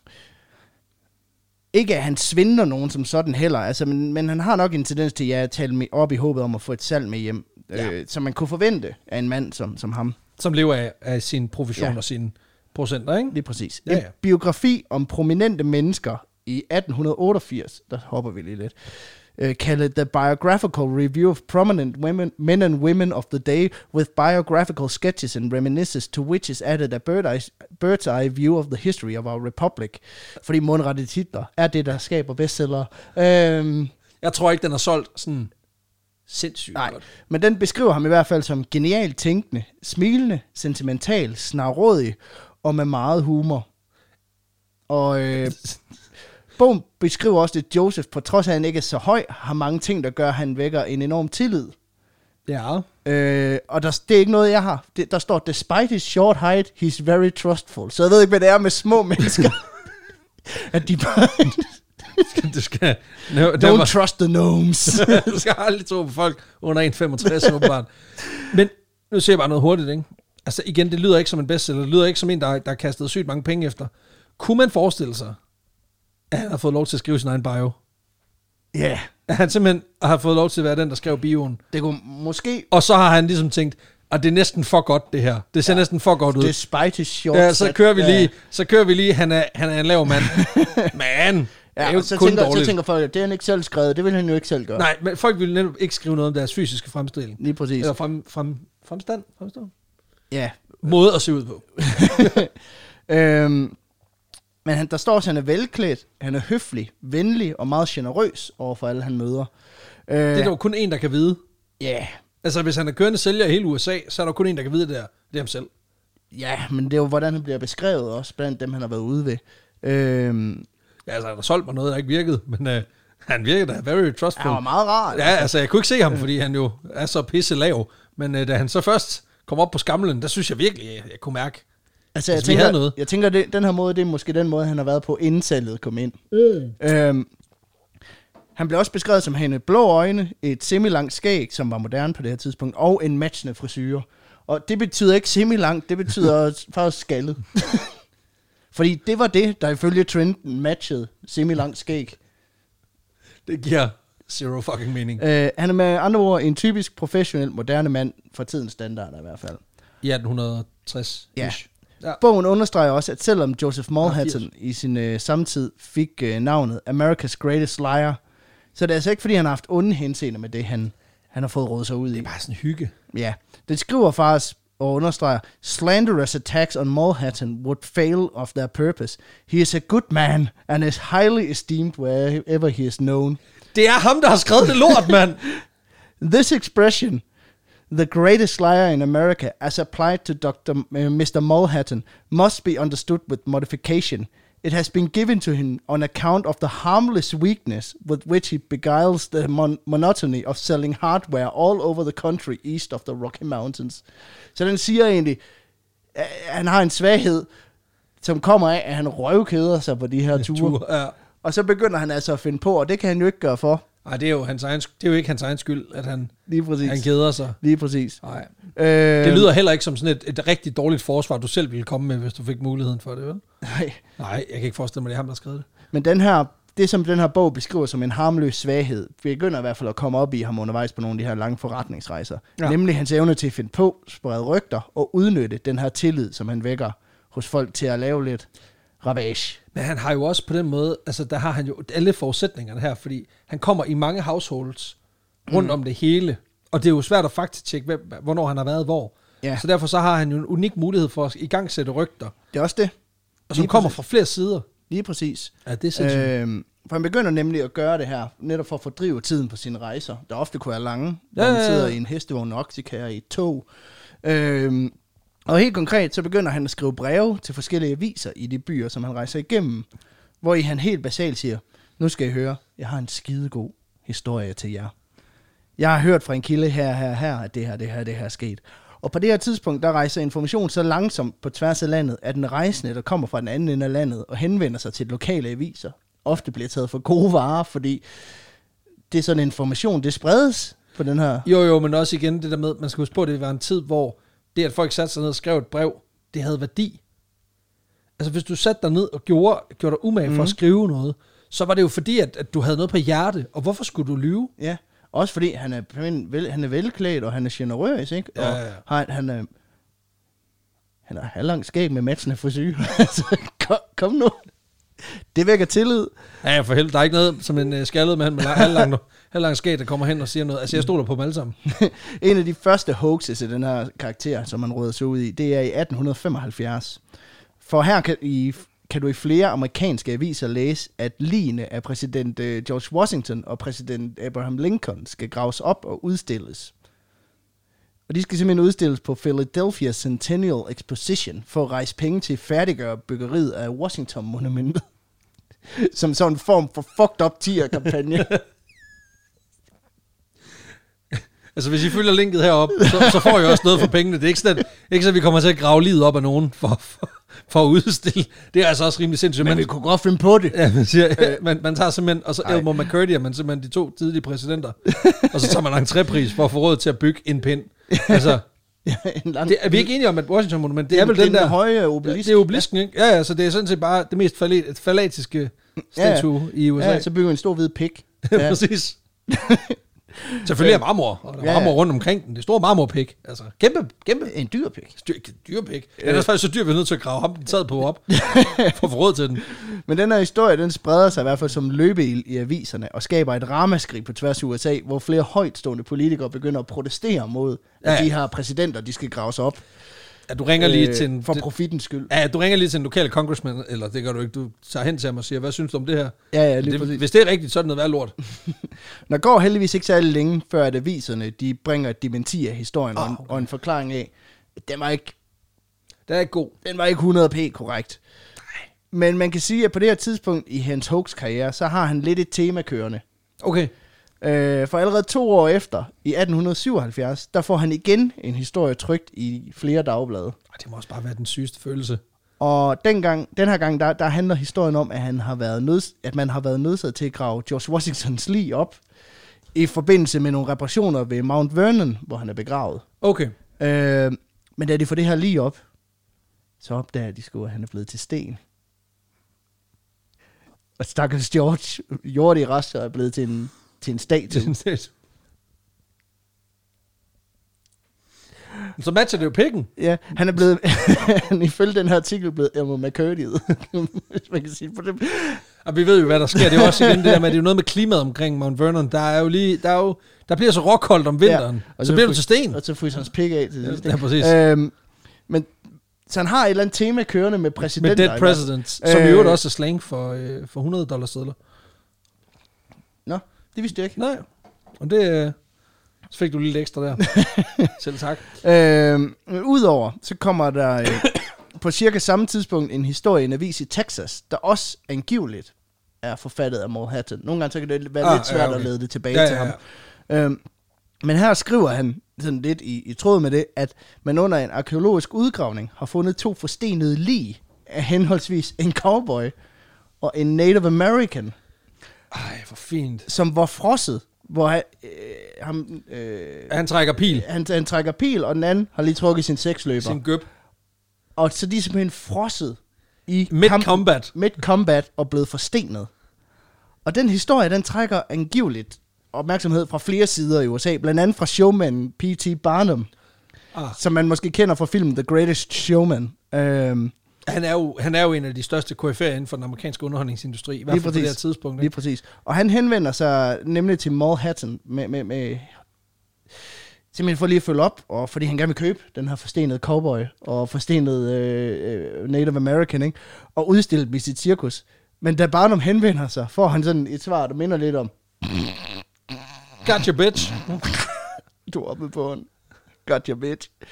Ikke at han svindler nogen som sådan heller, altså, men, men han har nok en tendens til ja, at tale op i håbet om at få et salg med hjem, ja. øh, som man kunne forvente af en mand som, som ham. Som lever af, af sin profession ja. og sine procenter, ikke? Lige præcis. Ja, ja. En biografi om prominente mennesker i atten otteogfirs, der hopper vi lige lidt, uh, kaldet The Biographical Review of Prominent women, Men and Women of the Day, with biographical sketches and reminiscences to which is added a bird eye, bird's eye view of the history of our republic. Fordi mundrette titler er det, der skaber bestsellere. Um, Jeg tror ikke, den er solgt sådan sindssygt nej, godt. Men den beskriver ham i hvert fald som genialt tænkende, smilende, sentimental, snarrådig og med meget humor. Og øh, bogen beskriver også, at Joseph, på trods af at han ikke er så høj, har mange ting, der gør, at han vækker en enorm tillid. Ja. Øh, og der, det er ikke noget, jeg har. Det, der står, despite his short height, he's very trustful. Så jeg ved ikke, hvad det er med små mennesker. At de bare... Du skal... No, Don't never. Trust the gnomes. Du skal aldrig tro på folk under en komma femogtres åbenbart. Men nu ser jeg bare noget hurtigt, ikke? Altså igen, det lyder ikke som en bestseller. Det lyder ikke som en, der, der har kastet sygt mange penge efter. Kunne man forestille sig, at han har fået lov til at skrive sin egen bio? Ja. Yeah. At han simpelthen har fået lov til at være den, der skrev bioen. Det kunne måske... Og så har han ligesom tænkt, at det er næsten for godt, det her. Det ser ja. næsten for godt ud. Despite his short ja, så kører vi lige, ja. så kører vi lige, han er, han er en lav mand. Man! Ja, og så tænker, så tænker folk, at det er han ikke selv skrevet, det vil han jo ikke selv gøre. Nej, men folk vil netop ikke skrive noget om deres fysiske fremstilling. Lige præcis. Eller frem, frem, fremstand, fremstand. Ja. Måde at se ud på. øhm, men han, der står også, at han er velklædt, han er høflig, venlig og meget generøs overfor alle, han møder. Øh, det er der jo kun en, der kan vide. Ja. Yeah. Altså, hvis han er kørende sælger i hele U S A, så er der kun en, der kan vide det der. Det er ham selv. Ja, men det er jo, hvordan han bliver beskrevet også, blandt dem, han har været ude ved. Øhm, Ja, altså, han har solgt mig noget, der ikke virkede, men øh, han virkede da very trustful. Han var meget rar. Ja, altså, jeg kunne ikke se ham, fordi han jo er så pisse lav. Men øh, da han så først kom op på skamlen, der synes jeg virkelig, jeg, jeg kunne mærke, altså, jeg altså, tænker, vi havde noget. Jeg tænker, det, den her måde, det er måske den måde, han har været på, inden salget kom ind. Mm. Øhm, han blev også beskrevet som havende blå øjne, et semi-langt skæg, som var moderne på det her tidspunkt, og en matchende frisyre. Og det betyder ikke semi-langt, det betyder faktisk skaldet. Fordi det var det, der ifølge trenden matchede semi-langt skæg. Det giver zero fucking mening. Uh, han er med andre ord en typisk professionel, moderne mand for tidens standarder i hvert fald. I atten tres. Ja. Ja. Bogen understreger også, at selvom Joseph Mulhattan ja, i sin uh, samtid fik uh, navnet America's Greatest Liar, så er det altså ikke, fordi han har haft onde henseender med det, han, han har fået rådet sig ud i. Det er bare sådan hygge. Ja, det skriver faktisk og understreger, slanderous attacks on Mulhattan would fail of their purpose. He is a good man, and is highly esteemed wherever he is known. Det er ham, der har skrevet det lort, mand! This expression, the greatest liar in America, as applied to Doctor Uh, mister Mulhattan, must be understood with modification. It has been given to him on account of the harmless weakness with which he beguiles the mon- monotony of selling hardware all over the country east of the Rocky Mountains. Så den siger egentlig, at han har en svaghed, som kommer af, at han røvkeder sig på de her ture. Ja. Og så begynder han altså at finde på, og det kan han jo ikke gøre for. Nej, det er jo hans egen, det er jo ikke hans egen skyld, at han, Lige præcis. han keder sig. Lige præcis. Nej. Øh, det lyder heller ikke som sådan et, et rigtig dårligt forsvar, du selv ville komme med, hvis du fik muligheden for det, vel? Nej. Nej, jeg kan ikke forestille mig, det er ham, der har skrevet det. Men den her, det som den her bog beskriver som en harmløs svaghed, begynder i hvert fald at komme op i ham undervejs på nogle af de her lange forretningsrejser. Ja. Nemlig hans evne til at finde på, sprede rygter og udnytte den her tillid, som han vækker hos folk til at lave lidt ravage. Men han har jo også på den måde, altså der har han jo alle forudsætningerne her, fordi han kommer i mange households rundt mm. om det hele, og det er jo svært at faktatjekke, hvornår han har været hvor. Ja. Så derfor så har han jo en unik mulighed for at i gang sætte rygter. Det er også det. Og som Lige kommer præcis. fra flere sider. Lige præcis. Ja, det er sindssygt. Øhm, for han begynder nemlig at gøre det her, netop for at fordrive tiden på sine rejser, der ofte kunne være lange, hvor ja, man ja, ja. sidder i en hestevogn Oxycar i et tog. Øhm, Og helt konkret, så begynder han at skrive breve til forskellige aviser i de byer, som han rejser igennem, hvor i han helt basalt siger, nu skal I høre, jeg har en skidegod historie til jer. Jeg har hørt fra en kilde her, her, her, at det her, det her, det her er sket. Og på det her tidspunkt, der rejser information så langsomt på tværs af landet, at den rejsende, der kommer fra den anden ende af landet og henvender sig til lokale aviser, ofte bliver taget for gode varer, fordi det er sådan information, det spredes på den her... Jo, jo, men også igen det der med, man skal huske på, at det var en tid, hvor det, at folk satte sig ned og skrev et brev, det havde værdi. Altså, hvis du satte dig ned og gjorde, gjorde dig umage for mm. at skrive noget, så var det jo fordi, at, at du havde noget på hjerte. Og hvorfor skulle du lyve? Ja, også fordi han er, vel, han er velklædt, og han er generøs, ikke? Ja, og ja. Han, han er... Han har halvlangt skæg med matchende frisyr. Altså, kom, kom nu. Det vækker tillid. Ja, for helvede. Der er ikke noget som en uh, skaldet mand med halvlangt, halvlangt skæg, der kommer hen og siger noget. Altså, jeg stoler på dem alle sammen. En af de første hoaxes i den her karakter, som man råder sig ud i, det er i atten femoghalvfjerds. For her kan, i, kan du i flere amerikanske aviser læse, at ligene af præsident uh, George Washington og præsident Abraham Lincoln skal graves op og udstilles. Og de skal simpelthen udstilles på Philadelphia Centennial Exposition for at rejse penge til at færdiggøre byggeriet af Washington-monumentet. Som sådan en form for fucked up tier-kampagne. Altså, hvis I følger linket heroppe, så, så får I også noget for pengene. Det er ikke sådan, ikke sådan, at vi kommer til at grave livet op af nogen for, for, for at udstille. Det er altså også rimelig sindssygt. Men man, vi kunne godt finde på det. Ja, man, siger, øh, man, man tager simpelthen, og så Elmer McCurdy, og man simpelthen de to tidlige præsidenter, og så tager man en entrépris for at få råd til at bygge en pind. Altså, ja, en lang... det, er vi ikke enige om, at Washington Monument, det er vel den, den der... høje obelisk. Det er obelisken, ikke? Ja, ja, så det er sådan set bare det mest fallatiske statue ja, i U S A. Ja, så bygger en stor hvid pik. Ja, præcis. Selvfølgelig er marmor, og der er marmor rundt omkring den. Det er stor marmorpik. Altså, kæmpe, kæmpe. En dyrpik. Dyrpik. Den er faktisk så dyr, vi er nødt til at grave ham den taget på op, for at få råd til den. Men den her historie, den spreder sig i hvert fald som løbeild i aviserne, og skaber et ramaskrig på tværs af U S A, hvor flere højtstående politikere begynder at protestere mod, at ja. de her præsidenter, de skal graves op. Ja, du ringer lige øh, til en... For profitens skyld. Ja, du ringer lige til en lokal congressman, eller det gør du ikke, du tager hen til ham og siger, hvad synes du om det her? Ja, ja, lige det, præcis. Hvis det er rigtigt, så er det noget værd lort. Der går heldigvis ikke særlig længe, før at aviserne, de bringer et dementi af historien, oh, okay. og, en, og en forklaring af, den var ikke... Den er ikke god. Den var ikke hundrede procent korrekt. Nej. Men man kan sige, at på det her tidspunkt i hans hoax-karriere, så har han lidt et tema kørende. Okay. Øh, for allerede to år efter, i atten syvoghalvfjerds, der får han igen en historie trykt i flere dagblade. Det må også bare være den sygeste følelse. Og dengang, den her gang, der, der handler historien om, at, han har været nøds, at man har været nødsaget til at grave George Washingtons lig op, i forbindelse med nogle reparationer ved Mount Vernon, hvor han er begravet. Okay. Øh, men da de får det her lig op, så opdager de sgu, at han er blevet til sten. Og stakkels George, jordige rester, er blevet til en, til en statue. Så matcher det jo pikken. Ja, han er blevet, han ifølge den her artikel, blevet Elmer McCurdy'et, hvis man kan sige på det. Og vi ved jo, hvad der sker. Det er jo også igen det der med, det er jo noget med klimaet omkring Mount Vernon. Der er jo lige, der er jo, der bliver så råkoldt om vinteren, ja, og så, så bliver du til sten. Og så fryser hans pik af til sidst. Ja, ja, præcis. Øhm, men så han har et eller andet tema kørende med præsidenter. Med dead presidents, som øh, i øvrigt også er slang for, øh, for hundrede dollar sedler. Nå, det vidste jeg ikke. Nej, og det... Så fik du lidt ekstra der. Selv tak. Øhm, Udover, så kommer der øh, på cirka samme tidspunkt en historie i en avis i Texas, der også angiveligt er forfattet af Manhattan. Nogle gange så kan det være ah, lidt svært ja, okay. at lede det tilbage ja, ja, ja. til ham. Øhm, men her skriver han sådan lidt i, i tråd med det, at man under en arkæologisk udgravning har fundet to forstenede lig af henholdsvis en cowboy og en Native American. Ej, hvor fint. Som var frosset. Hvor han, øh, ham, øh, han trækker pil. Han, han trækker pil, og den anden har lige trukket sin seksløber. Sin gøb. Og så de er simpelthen frosset i mid-combat. Mid-combat og blevet forstenet. Og den historie, den trækker angiveligt opmærksomhed fra flere sider i U S A. Blandt andet fra showmanden P T Barnum, ah. som man måske kender fra filmen The Greatest Showman. Um, Han er, jo, han er jo en af de største K F'er inden for den amerikanske underholdningsindustri, i hvert fald på det her tidspunkt. Ikke? Lige præcis. Og han henvender sig nemlig til Manhattan med, med, med simpelthen for lige at følge op, og fordi han gerne vil købe den her forstenede cowboy og forstenede øh, Native American, ikke? Og udstille dem i sit cirkus. Men da Barnum henvender sig, får han sådan et svar, der minder lidt om Gotcha, bitch. Du er oppe på en gotcha, bitch.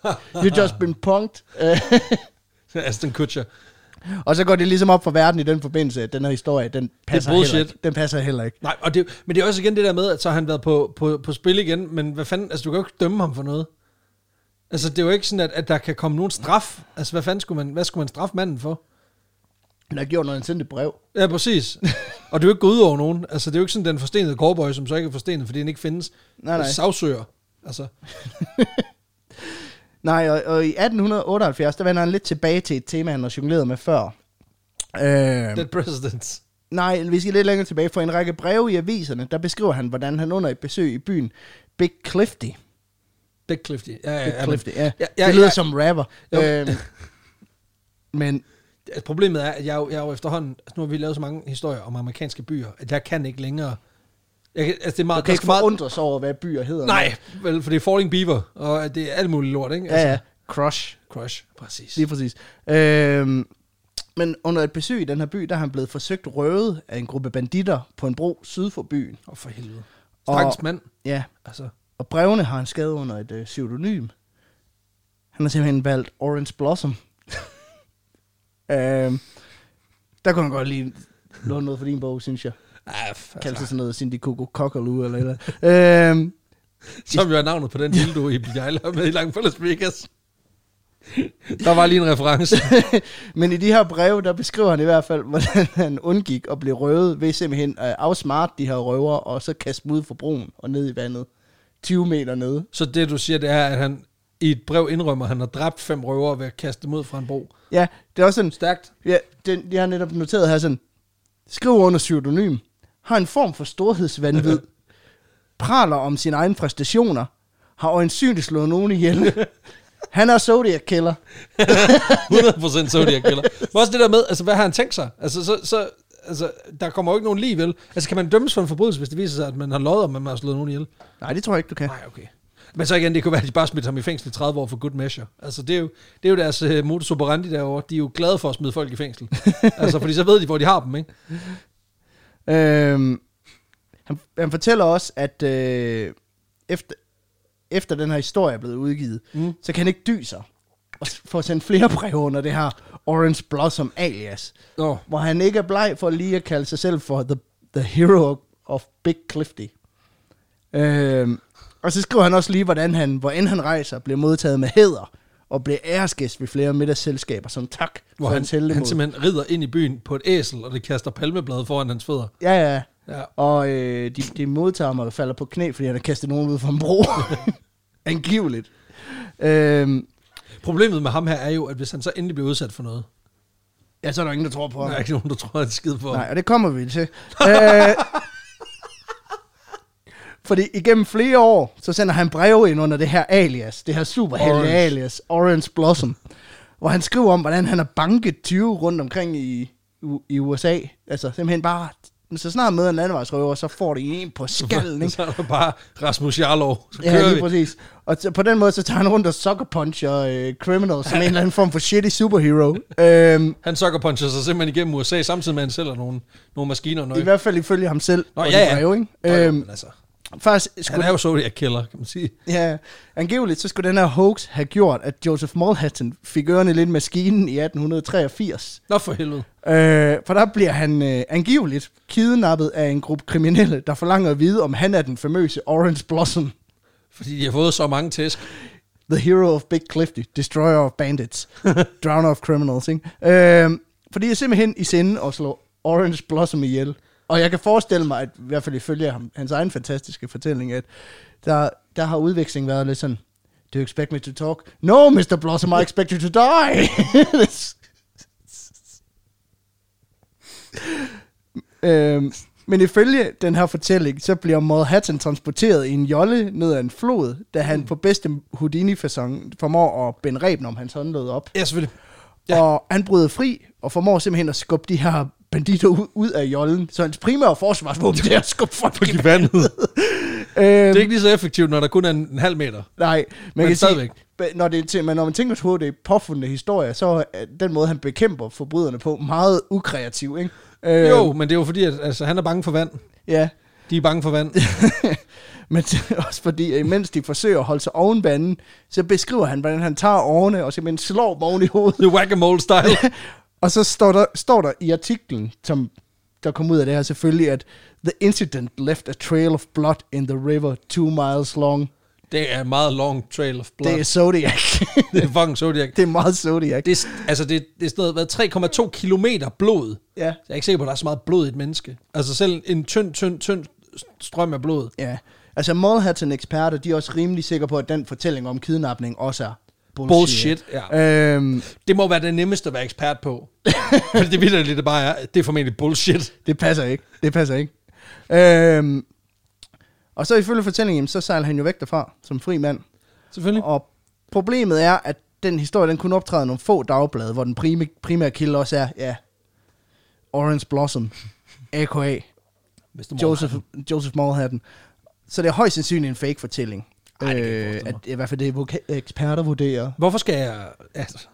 You just been punked. Aston Kutcher. Og så går det ligesom op for verden i den forbindelse, at den her historie, den passer, heller ikke. Den passer heller ikke. Nej, og det, men det er også igen det der med, at så har han været på, på, på spil igen, men hvad fanden, altså du kan jo ikke dømme ham for noget. Altså det er jo ikke sådan, at, at der kan komme nogen straf. Altså hvad fanden skulle man, hvad skulle man straffe manden for? Han har gjort noget, han sendte et brev. Ja, præcis. Og det er jo ikke gået ud over nogen. Altså det er jo ikke sådan den forstenede cowboy, som så ikke er forstenet, fordi den ikke findes. Nej, nej. Sagsøger. Altså. Nej, og, og i atten otteoghalvfjerds, der vender han lidt tilbage til et tema, han har jongleret med før. Øh, Dead Presidents. Nej, vi skal lidt længere tilbage. For en række breve i aviserne, der beskriver han, hvordan han under et besøg i byen Big Clifty. Big Clifty. Ja, ja, Big ja, Clifty, ja. ja, ja det lyder ja, som rapper. Øhm, men problemet er, at jeg, jeg er jo efterhånden, altså nu har vi lavet så mange historier om amerikanske byer, at jeg kan ikke længere. Jeg kan, altså det er meget, du kan ikke forundres over, hvad byer hedder. Nej, vel, for det er Falling Beaver, og det er alt muligt lort, ikke? Altså, ja, ja. Crush. Crush, præcis. Lige præcis. Øhm, men under et besøg i den her by, der har han blevet forsøgt røvet af en gruppe banditter på en bro syd for byen. Åh, oh, for helvede. Stakkels mand. Ja, altså. Og brevene har han skrevet under et øh, pseudonym. Han har simpelthen valgt Orange Blossom. øhm, der kunne han godt lige låne noget for din bog, synes jeg. Ah, altså. Kaldte sig sådan noget Cindy Coco Cockaloo eller eller øhm, som jo er navnet på den dildo i Bjejler med i Langt for Las Vegas. Der var lige en reference. Men i de her breve, der beskriver han i hvert fald, hvordan han undgik at blive røvet ved simpelthen at afsmarte de her røver, og så kaste dem ud fra broen og ned i vandet. tyve meter nede. Så det du siger, det er, at han i et brev indrømmer, at han har dræbt fem røvere ved at kaste dem ud fra en bro. Ja, det er også sådan... Stærkt. Ja, den, jeg har netop noteret her sådan, skriv under pseudonym, har en form for storhedsvanvid, praler om sine egne præstationer, har øjensynligt slået nogen ihjel. Han er Zodiac Killer. hundrede procent Zodiac Killer. Men også det der med, altså hvad har han tænkt sig? Altså, så, så, altså der kommer jo ikke nogen lige vel. Altså kan man dømmes for en forbrydelse, hvis det viser sig, at man har løjet om, at man har slået nogen ihjel? Nej, det tror jeg ikke, du kan. Nej, okay. Men så igen, det kunne være, at de bare smidt ham i fængsel i tredive år for good measure. Altså det er jo, det er jo deres uh, modus operandi derovre. De er jo glade for at smide folk i fængsel. Altså fordi så ved de, hvor de har dem, ikke? Øhm, han, han fortæller også, at øh, efter, efter den her historie er blevet udgivet, mm. så kan han ikke dy sig og få sendt flere breve under det her Orange Blossom alias, oh. hvor han ikke er bleg for lige at kalde sig selv for the, the hero of Big Clifty. Øhm, og så skriver han også lige, hvordan han, hvor end han rejser, bliver modtaget med hæder og bliver æresgæst ved flere middagsselskaber som tak hvor for han, hans heltemod. Han simpelthen rider ind i byen på et æsel, og det kaster palmeblade foran hans fødder. Ja, ja. ja. Og øh, de, de modtager ham og falder på knæ, fordi han har kastet nogen ud fra en bro. Angiveligt. Øhm, Problemet med ham her er jo, at hvis han så endelig bliver udsat for noget, ja, så er der ingen, der tror på ham. Der er ikke nogen, der tror, at det er skide på. Nej, og det kommer vi til. øh, fordi igennem flere år, så sender han breve ind under det her alias, det her superhelte alias, Orange Blossom, hvor han skriver om, hvordan han har banket tyve rundt omkring i, i U S A. Altså simpelthen bare, så snart møder en landevejsrøver, så får de en på skallen, ikke? Så er det bare Rasmus Jarlov. Så ja, lige vi. Præcis. Og t- på den måde, så tager han rundt og sucker puncher øh, criminals som en eller anden form for shitty superhero. øhm, han sucker puncher sig simpelthen igennem U S A, samtidig med at han sælger nogle, nogle maskiner. Noget. I hvert fald ifølge ham selv. Nå, ja, ja. Breve, ikke? Nå, øhm, jo, altså. Faktisk, han er jo Zodiac Killer, kan man sige. Ja, angiveligt så skulle den her hoax have gjort, at Joseph Mulhattan fik ørerne lidt maskinen i atten treogfirs. Nå for helvede. Øh, for der bliver han øh, angiveligt kidnappet af en gruppe kriminelle, der forlanger at vide, om han er den famøse Orange Blossom. Fordi de har fået så mange tæsk. The hero of Big Clifty, destroyer of bandits, drowner of criminals, ikke? Øh, fordi jeg simpelthen i sinde at slå Orange Blossom ihjel. Og jeg kan forestille mig, at i hvert fald ifølge ham, hans egen fantastiske fortælling, at der, der har udveksling været lidt sådan, do you expect me to talk? No, mister Blossom, I expect you to die. øhm, men ifølge den her fortælling, så bliver Mulhattan transporteret i en jolle ned ad en flod, da han mm. på bedste Houdini-facon formår at binde reben om hans håndled op. Ja, selvfølgelig. Ja. Og han bryder fri, og formår simpelthen at skubbe de her banditter ud, ud af jollen. Så hans primære forsvarsvåben, det er at skubbe folk i vandet. øhm, det er ikke lige så effektivt, når der kun er en, en halv meter. Nej, man men kan stadigvæk. sige, når, det er til, men når man tænker på, det er påfundne historier, så er den måde, han bekæmper forbryderne på, meget ukreativ, ikke? Øh, jo, men det er jo fordi, at altså, han er bange for vand. Ja. De De er bange for vand. Men også fordi, imens de forsøger at holde sig oven vandet, så beskriver han, hvordan han tager årene og simpelthen slår dem oven i hovedet. The whack-a-mole style. Og så står der, står der i artiklen, som der kom ud af det her selvfølgelig, at the incident left a trail of blood in the river two miles long. Det er en meget long trail of blood. Det er Zodiac. Det er fucking Zodiac. Det er meget Zodiac. Det er, altså, det, det er sådan noget, tre komma to kilometer blod. Ja. Jeg er ikke sikker på, at der er så meget blod i et menneske. Altså selv en tynd, tynd, tynd strøm af blod. Ja. Altså Manhattan-eksperter, de er også rimelig sikre på, at den fortælling om kidnapning også er bullshit. Bullshit, ja. Øhm, det må være det nemmeste at være ekspert på. Fordi det vidt det bare er, det er formentlig bullshit. Det passer ikke. Det passer ikke. Øhm, og så ifølge fortællingen, så sejler han jo væk derfra som fri mand. Selvfølgelig. Og problemet er, at den historie, den kunne optræde nogle få dagblade, hvor den prime, primære kilde også er, ja, Orange Blossom, A K A, Joseph, Joseph Manhattan. Så det er højst sandsynligt en fake fortælling. Ej, øh, at, i hvert fald det voka- eksperter vurderer. Hvorfor skal jeg... Altså,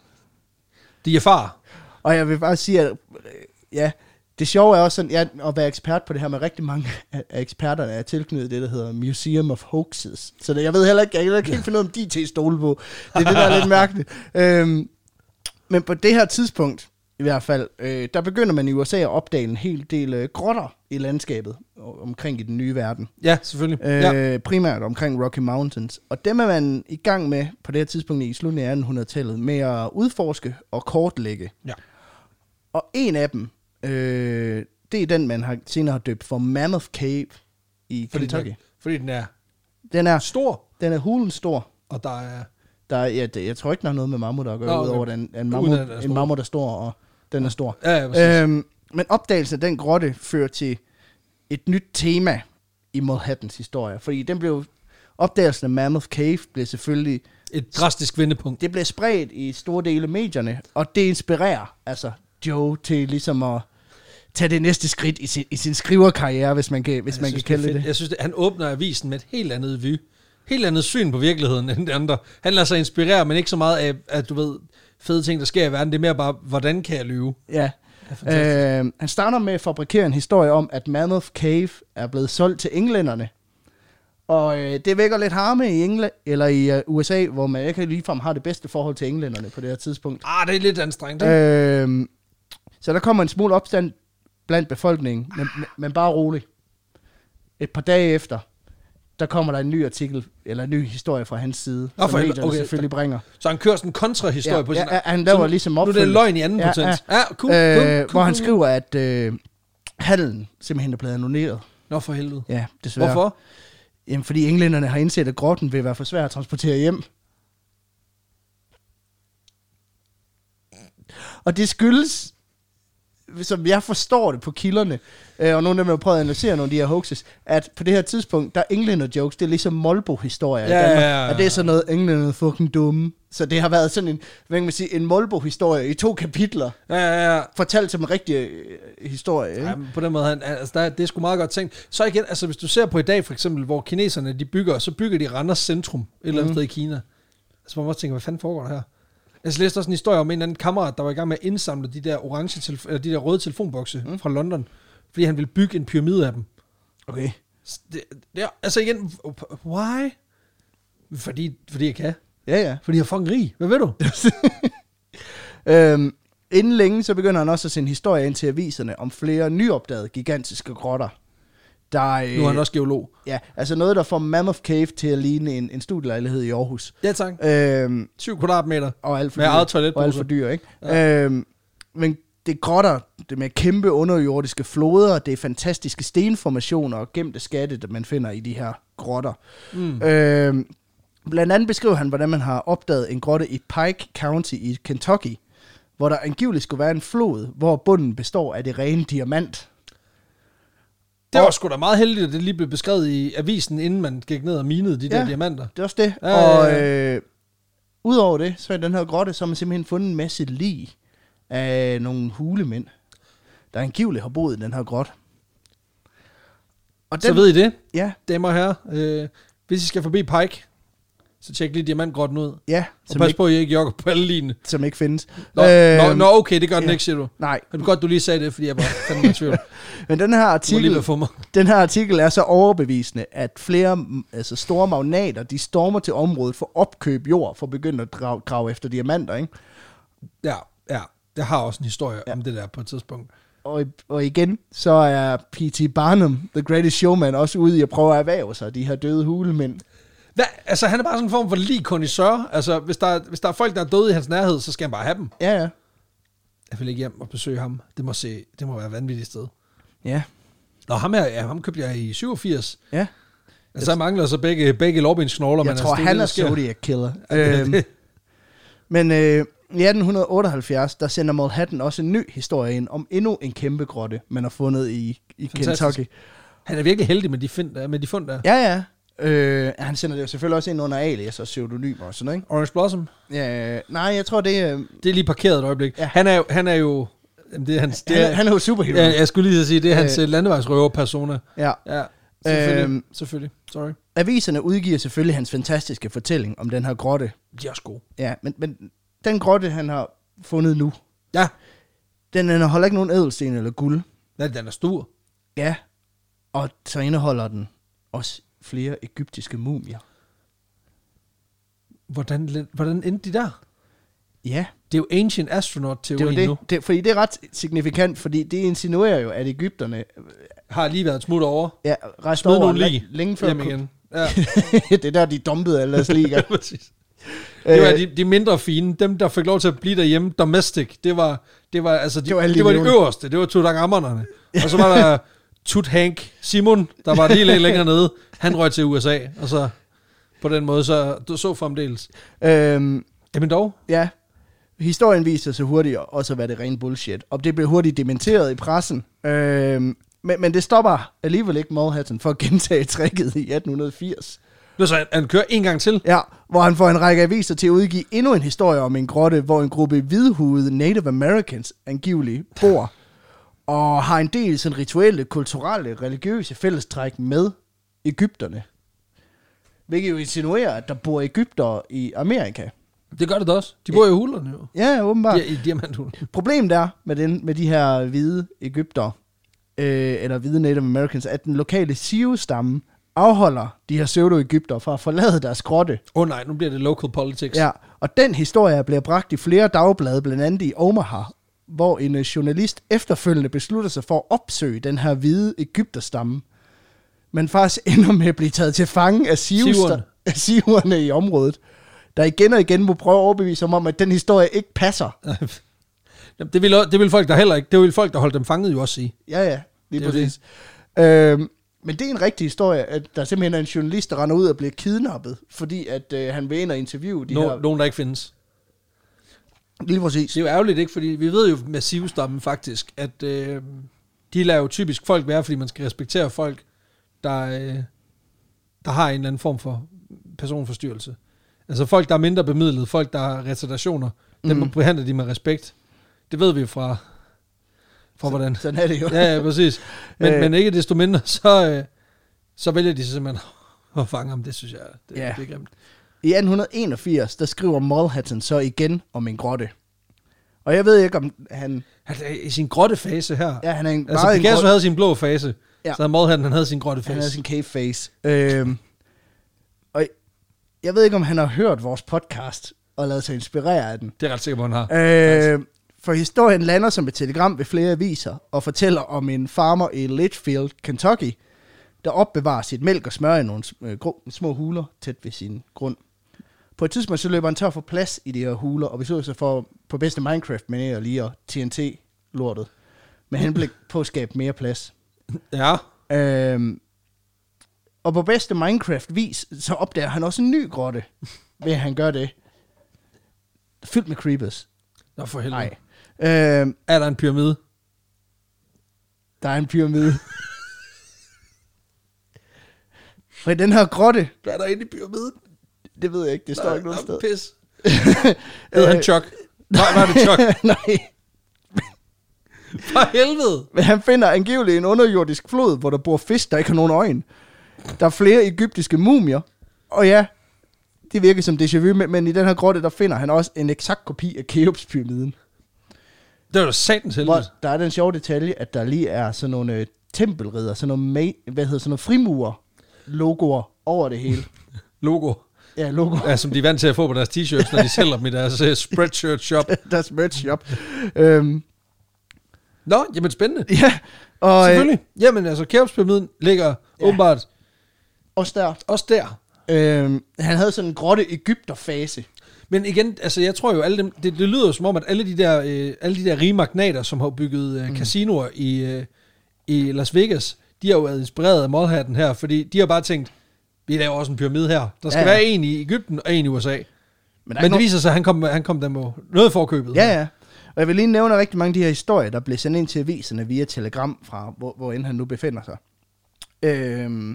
de er far. Og jeg vil bare sige, at ja, det sjove er også sådan, ja, at være ekspert på det her med rigtig mange af eksperterne er tilknyttet det, der hedder Museum of Hoaxes. Så det, jeg ved heller ikke, jeg kan ikke helt finde ud af, om de er til at stole på. Det er det, der er lidt mærkeligt. Øhm, men på det her tidspunkt, i hvert fald, øh, der begynder man i U S A at opdage en hel del øh, grotter i landskabet omkring i den nye verden. Ja, selvfølgelig. Øh, ja. Primært omkring Rocky Mountains. Og dem er man i gang med på det her tidspunkt i slutningen af attenhundredetallet med at udforske og kortlægge. Ja. Og en af dem, øh, det er den, man har senere har døbt for Mammoth Cave i fordi Kentucky. Den er, fordi den er, den er stor. Den er hulen stor. Og der er... Der er ja, det, jeg tror ikke, der er noget med mammut at gøre, Nå, udover okay. den, en, mammut, Uden, en mammut, der er stor, og den er stor. Ja, ja, øhm, men opdagelsen af den grotte fører til et nyt tema i Manhattans historie. Fordi den blev, opdagelsen af Mammoth Cave blev selvfølgelig... Et drastisk vendepunkt. Det blev spredt i store dele af medierne, og det inspirerer altså Joe til ligesom at tage det næste skridt i sin, i sin skriverkarriere, hvis man kan, hvis jeg man synes, kan kalde det det. Jeg synes, det, han åbner avisen med et helt andet vy. Helt andet syn på virkeligheden end de andre. Han lader sig inspirere, men ikke så meget af, at du ved, fede ting, der sker i verden. Det er mere bare, hvordan kan jeg lyve? Ja. Øh, han starter med at fabrikere en historie om, at Mammoth Cave er blevet solgt til englænderne. Og øh, det vækker lidt harme i England, eller i uh, U S A, hvor man ikke ligefrem har det bedste forhold til englænderne på det her tidspunkt. Ah, det er lidt anstrengt, ikke? Øh, så der kommer en smule opstand blandt befolkningen, men, men bare rolig. Et par dage efter, der kommer der en ny artikel, eller en ny historie fra hans side, Nå, som medierne okay, selvfølgelig bringer. Så han kører sådan en kontrahistorie ja, på sin... Ja, ja, han laver ligesom opfølgning. Nu er det løgn i anden ja, potens. Ja, ja cool, øh, cool, cool, hvor han cool. skriver, at øh, handelen simpelthen er blevet annulleret. Nå, for helvede. Ja, desværre. Hvorfor? Jamen, fordi englænderne har indset, at grotten vil være for svær at transportere hjem. Og det skyldes, som jeg forstår det på kilderne, øh, og nogle af dem har prøvet at analysere nogle af de her hoaxes, at på det her tidspunkt, der er englænder-jokes, det er ligesom Molbo-historier ja, i Danmark, ja, ja. og det er sådan noget, englænder er fucking dumme. Så det har været sådan en, hvad kan man sige, en Molbo-historie i to kapitler, Ja, ja, ja. fortalt som en rigtig øh, historie. Ikke? Ja, på den måde, han, altså, der, det er sgu meget godt tænkt. Så igen, altså hvis du ser på i dag for eksempel, hvor kineserne de bygger, så bygger de Randers centrum, et eller andet Mhm. sted i Kina. Altså man må også tænke, hvad fanden foregår der her? Jeg læste også en historie om en eller anden kammerat, der var i gang med at indsamle de der orange, telef- eller de der røde telefonbokse mm. fra London, fordi han ville bygge en pyramide af dem. Okay. Det, det er, altså igen, why? Fordi, fordi jeg kan. Ja, ja. Fordi jeg er fucking rig. Hvad ved du? øhm, inden længe, så begynder han også at sende historier ind til aviserne om flere nyopdagede gigantiske grotter. Der, øh, Nu er han også geolog. Ja, altså noget, der får Mammoth Cave til at ligne en, en studielejlighed i Aarhus. Ja, tak. Øhm, Syv kvadratmeter. og alt for Med dyr. eget toilet. Og alt for dyr, ikke? Ja. Øhm, men det er grotter, det med kæmpe underjordiske floder, det er fantastiske stenformationer og gemte skatte, der man finder i de her grotter. Mm. Øhm, blandt andet beskriver han, hvordan man har opdaget en grotte i Pike County i Kentucky, hvor der angiveligt skulle være en flod, hvor bunden består af det rene diamant. Det var Og- sgu da meget heldigt, at det lige blev beskrevet i avisen, inden man gik ned og minede de Ja. der diamanter. Det er også det. Ja, Ja, ja, og ja. øh, udover det, så i den her grotte, så har man simpelthen fundet en masse lig af nogle hulemænd, der angiveligt har boet i den her grotte. Og Så ved I det, Ja, damer og herrer. Øh, hvis I skal forbi Pike, Så tjek lige diamantgrotten ud. Ja. Og pas ikke, på, at I ikke jogger på alle lignende. Som ikke findes. Nå, øh, nå, nå okay, det gør den ja. ikke, siger du. Nej. Det er godt, du lige sagde det, fordi jeg bare fandt mig i tvivl. Men den her artikel, den her artikel er så overbevisende, at flere altså store magnater, de stormer til området for opkøb jord, for at begynde at grave, grave efter diamanter, ikke? Ja, ja. Jeg har også en historie ja. om det der på et tidspunkt. Og, og igen, så er P T Barnum, The Greatest Showman, også ude i at prøve at erhverve sig de her døde hulemænd. Hvad? Altså, han er bare sådan en form for lige kondisør. Altså, hvis der, hvis der er folk, der er døde i hans nærhed, så skal han bare have dem. Ja, ja. Jeg vil ikke hjem og besøge ham. Det må, se, det må være et vanvittigt sted. Ja. Nå, ham, er, ja, ham købte jeg i syvogfirs. Ja. Altså, jeg mangler så begge, begge lårbensknogler. Jeg men tror, altså, han det, er Zodiac Killer. øhm, men øh, i atten otteoghalvfjerds, der sender Mulhattan også en ny historie ind om endnu en kæmpe grotte, man har fundet i, i Kentucky. Han er virkelig heldig med de, find, der, med de fund der. Ja, ja. Øh, han sender det jo selvfølgelig også ind under alias og pseudonymer og sådan noget, ikke? Orange Blossom? Ja, nej, jeg tror, det er... Øh... Det er lige parkeret et øjeblik. Ja. Han er jo... Han er jo det er hans, det han, er, han er jo superhero. Ja, jeg skulle lige sige, det er hans øh, landevejsrøver-persona. Ja. Ja, selvfølgelig. Øhm, selvfølgelig. Sorry. Aviserne udgiver selvfølgelig hans fantastiske fortælling om den her grotte. De er også gode. Ja, men, men den grotte, han har fundet nu, ja. den indeholder ikke nogen ædelsten eller guld. Nej, den er stor. Ja, og så indeholder den også flere egyptiske mumier. Hvordan, hvordan endte de der? Ja. Det er jo ancient astronaut-teorien det nu. Det, fordi det er ret signifikant, fordi det insinuerer jo, at egypterne... Har lige været smut over. Ja, rejst Smid over lige længe før... Hjem igen. Ja. Det er der, de dumpede alle deres liga. Præcis. Det var de, de mindre fine, dem der fik lov til at blive derhjemme, domestic, det var, det var, altså de, det var, det var de øverste, det var Tutankhamonerne. Og så var der Tut Hank Simon, der var lige lidt længere nede, han røg til U S A, og så på den måde, så du så fremdeles. Øhm, Jamen dog. Ja, historien viser sig hurtigt også at være det rene bullshit, og det blev hurtigt dementeret i pressen. Øhm, men, men det stopper alligevel ikke Mulhattan for at gentage tricket i atten firs. Nu så han, han kører en gang til. Ja, hvor han får en række aviser til at udgive endnu en historie om en grotte, hvor en gruppe hvidhudede Native Americans angiveligt bor, og har en del sådan rituelle, kulturelle, religiøse fællestræk med egypterne. Hvilket jo insinuerer, at der bor egyptere i Amerika. Det gør det da også. De bor ja. i hulerne jo. Ja, åbenbart. Ja, i diamanthulen. Problemet er med, den, med de her hvide egyptere, øh, eller hvide Native Americans, at den lokale Sioux-stamme afholder de her pseudo-egyptere fra at forlade deres grotte. Åh oh, nej, nu bliver det local politics. Ja, og den historie bliver bragt i flere dagblade, blandt andet i Omaha, hvor en journalist efterfølgende beslutter sig for at opsøge den her hvide egypterstamme, men faktisk ender med at blive taget til fange af Sioux-erne i området, der igen og igen må prøve at overbevise om, at den historie ikke passer. Det vil, det vil folk, der heller ikke, det vil folk, der holdt dem fanget jo også sige. Ja, ja, lige præcis. Øhm, men det er en rigtig historie, at der simpelthen er en journalist, der render ud og bliver kidnappet, fordi at øh, han vil ind og interviewe de no, her... Nogen, der ikke findes. Lige præcis. Det er jo ærgerligt, ikke? Fordi vi ved jo med Sioux-stammen faktisk, at øh, de lader jo typisk folk være, fordi man skal respektere folk, der, øh, der har en eller anden form for personforstyrrelse. Altså folk, der er mindre bemidlet, folk, der har retardationer, mm. dem behandler de med respekt. Det ved vi fra, fra så, hvordan. Sådan er det jo. Ja, ja, præcis. Men, øh. men ikke desto mindre, så, øh, så vælger de simpelthen at fange ham. Det synes jeg, det, ja. det er grimt. I atten enogfirs, der skriver Mulhattan så igen om en grotte. Og jeg ved ikke, om han... Han er i sin grottefase her. Ja, han er en, altså, Picasso grotte... havde sin blå fase, ja. så Mulhattan, han havde sin grottefase. Han havde sin cave face. øhm, og jeg ved ikke, om han har hørt vores podcast og ladet sig inspirere af den. Det er ret sikker på, han har. Øh, for historien lander som et telegram ved flere aviser og fortæller om en farmer i Litchfield, Kentucky, der opbevarer sit mælk og smør i nogle små huler tæt ved sin grund. På et tidspunkt så løber han tør for plads i de her huler, og beslutter sig for på bedste Minecraft-manér lige at T N T-lortet, med henblik på at skabe mere plads. Ja. Øhm, og på bedste Minecraft-vis, så opdager han også en ny grotte, ved at han gør det. Fyldt med creepers. Nå for helvede. Nej. Øhm, er der en pyramide? Der er en pyramide. Og i den her grotte... Hvad er der inde i pyramiden? Det ved jeg ikke, det står nej, ikke noget sted. Pis. Hedder han Chuck? Nej, nej, det er Chuck. Nej. For helvede. Men han finder angiveligt en underjordisk flod, hvor der bor fisk, der ikke har nogen øjne. Der er flere egyptiske mumier. Og ja, det virker som déjà vu, men, men i den her grotte, der finder han også en eksakt kopi af Keops-pyramiden. Det var da satans heldigt. Hvor der er den sjove detalje, at der lige er sådan nogle øh, tempelridder, sådan nogle, ma- hvad hedder, sådan nogle frimurer-logoer over det hele. Logo. Ja, logo. Ja, som de er vant til at få på deres t-shirts, når de sælger dem i deres uh, spreadshirt shop. Deres merch shop. øhm. Nå, jamen spændende. Ja. Og, selvfølgelig. Øh, jamen altså, Keops-pyramiden ligger ja. åbenbart også der. Også der. Øhm, han havde sådan en grotte Egypter-fase. Men igen, altså jeg tror jo, alle dem, det, det lyder jo som om, at alle de der, øh, alle de der rige magnater, som har bygget øh, mm. casinoer i, øh, i Las Vegas, de har jo været inspireret af Mallhatten her, fordi de har bare tænkt, vi laver også en pyramide her. Der skal ja, ja. være en i Egypten og en i U S A. Men, Men det no- viser sig, at han kom, han kom dem på noget forkøbet. Ja, ja. Og jeg vil lige nævne rigtig mange af de her historier, der blev sendt ind til aviserne via telegram fra, hvor, hvor end han nu befinder sig. Øhm,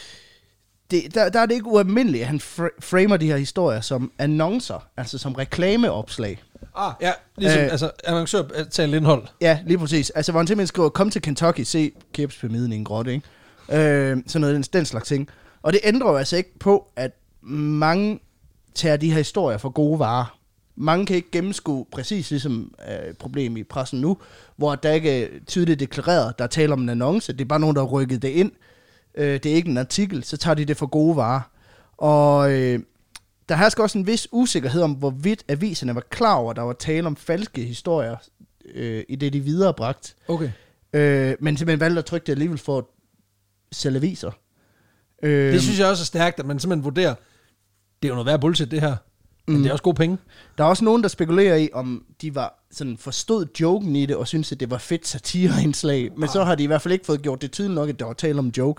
det, der, der er det ikke ualmindeligt, at han fr- framer de her historier som annoncer, altså som reklameopslag. Ah, ja, ligesom øh, altså, annoncør til indhold. Ja, lige præcis. Altså, hvor han simpelthen skriver, kom til Kentucky, se Keops-pyramiden i en grotte, ikke? Øh, sådan noget, den, den slags ting. Og det ændrer jo altså ikke på, at mange tager de her historier for gode varer. Mange kan ikke gennemskue præcis ligesom øh, problem i pressen nu, hvor der ikke er tydeligt deklareret, der taler om en annonce. Det er bare nogen, der har rykket det ind. Øh, det er ikke en artikel, så tager de det for gode varer. Og øh, der hersker også en vis usikkerhed om, hvorvidt aviserne var klar over, at der var tale om falske historier, øh, i det de viderebragt. Okay. Øh, men simpelthen valgte at trykke det alligevel for at sælge aviser. Øh, det synes jeg også er stærkt, at man simpelthen vurderer, det er jo noget værd bullshit det her. Men mm. det er også gode penge. Der er også nogen, der spekulerer i, om de var sådan forstod joken i det, og synes at det var fedt satireindslag. Men ah. så har de i hvert fald ikke fået gjort det tydeligt nok, at der var tale om joke.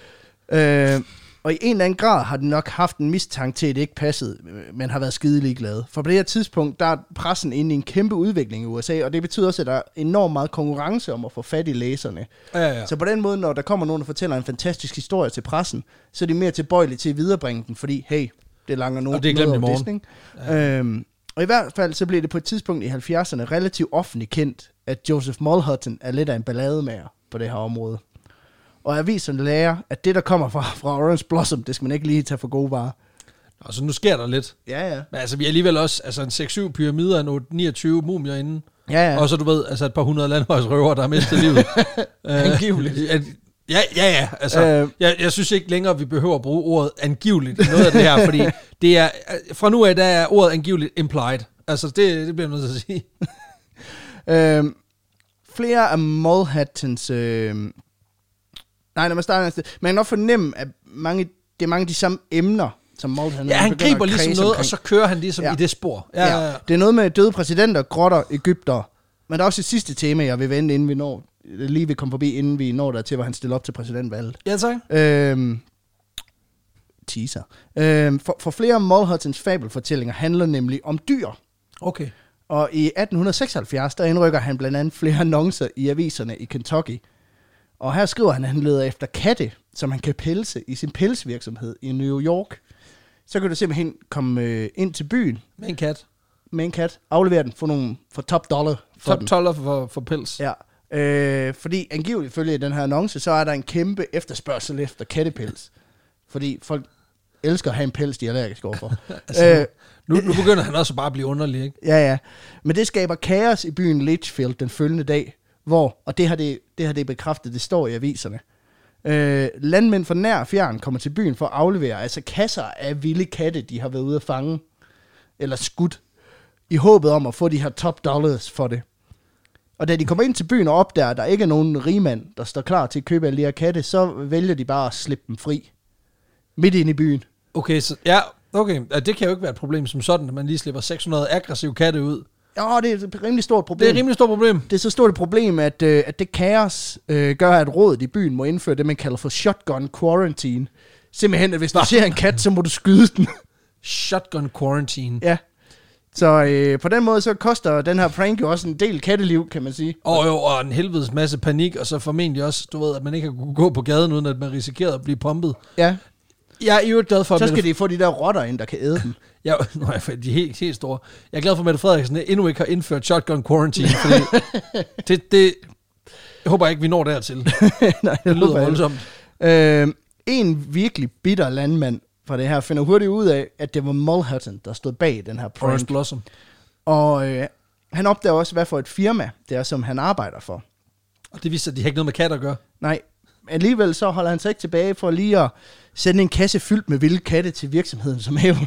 Øh, og i en eller anden grad har de nok haft en mistanke til, at det ikke passede, men har været skide ligeglade. For på det her tidspunkt, der er pressen inde i en kæmpe udvikling i U S A, og det betyder også, at der er enormt meget konkurrence om at få fat i læserne. Ja, ja. Så på den måde, når der kommer nogen, der fortæller en fantastisk historie til pressen, så er de mere tilbøjelige til at viderebringe den, fordi hey, det langer nogen og det er glemt i morgen. Disney. Ja. Øhm, og i hvert fald så blev det på et tidspunkt i halvfjerdserne relativt offentligt kendt, at Joseph Mallhatten er lidt af en ballademager på det her område. Og aviserne lærer, at det, der kommer fra, fra Orange Blossom, det skal man ikke lige tage for gode varer. Og så nu sker der lidt. Ja, ja. Men altså, vi er alligevel også altså en seks syv pyramider, en otte niogtyve mumier inden. Ja, ja. Og så, du ved, altså et par hundrede landvejsrøver, der har mistet livet. Angiveligt. Ja, ja, ja. Altså, øh, jeg, jeg synes ikke længere, vi behøver at bruge ordet angiveligt i noget af det her, fordi det er, fra nu af, der er ordet angiveligt implied. Altså, det, det bliver jeg nødt til at sige. øh, flere af Mallhattens... Øh, nej, når man starter... Man kan nok fornemme, at mange, det er mange af de samme emner, som Mallhatten... Ja, han griber ligesom noget, omkring. Og så kører han ligesom ja. i det spor. Ja, ja. Ja, ja. Det er noget med døde præsidenter, grotter, Egypter. Men der er også et sidste tema, jeg vil vende, inden vi når... lige vil komme forbi, inden vi når der til, hvor han stiller op til præsidentvalget. Ja, tak. Øhm, teaser. Øhm, for, for flere af Mallhattens fabelfortællinger handler nemlig om dyr. Okay. Og i atten seksoghalvfjerds, der indrykker han blandt andet flere annoncer i aviserne i Kentucky. Og her skriver han, at han leder efter katte, som han kan pelse i sin pelsvirksomhed i New York. Så kan du simpelthen komme øh, ind til byen. Med en kat. Med en kat. Aflevere den for, nogle, for top dollar. For top dollar for, for pels. Ja. Øh, fordi angiveligt følge den her annonce, så er der en kæmpe efterspørgsel efter kattepels. Fordi folk elsker at have en pels, de er allergiske overfor. altså, øh, nu, nu begynder han også bare at blive underlig, ikke? Ja, ja. Men det skaber kaos i byen Litchfield den følgende dag, hvor, og det har det, det, har det bekræftet, det står i aviserne. Øh, landmænd fra nær fjern kommer til byen for at aflevere, altså kasser af vilde katte, de har været ude at fange, eller skudt, i håbet om at få de her top dollars for det. Og da de kommer ind til byen og opdager, at der ikke er nogen rigmand, der står klar til at købe alle de her katte, så vælger de bare at slippe dem fri. Midt ind i byen. Okay, så, ja, okay. Det kan jo ikke være et problem som sådan, at man lige slipper seks hundrede aggressive katte ud. Ja, det er et rimelig stort problem. Det er et rimelig stort problem. Det er så stort et problem, at, øh, at det kaos øh, gør, at rådet i byen må indføre det, man kalder for shotgun quarantine. Simpelthen, at hvis du ser en kat, så må du skyde den. Shotgun quarantine. Ja. Så øh, på den måde, så koster den her prank jo også en del katteliv, kan man sige. Og jo, og en helvedes masse panik, og så formentlig også, du ved, at man ikke har kunne gå på gaden, uden at man risikerede at blive pumpet. Ja. Jeg er jo glad for... Så skal de få de der rotter ind, der kan æde dem. Ja, nej, for de er helt, helt store. Jeg er glad for, at Mette Frederiksen endnu ikke har indført shotgun quarantine, fordi det, det... Jeg håber ikke, vi når dertil. Nej, det lyder voldsomt. Øh, en virkelig bitter landmand fra det her, finder hurtigt ud af, at det var Mulhausen, der stod bag den her prank. Forrest Blossom. Og øh, han opdager også, hvad for et firma det er, som han arbejder for. Og det viser, at de har ikke noget med katter at gøre. Nej, alligevel så holder han sig ikke tilbage for lige at sende en kasse fyldt med vilde katte til virksomheden som hævn.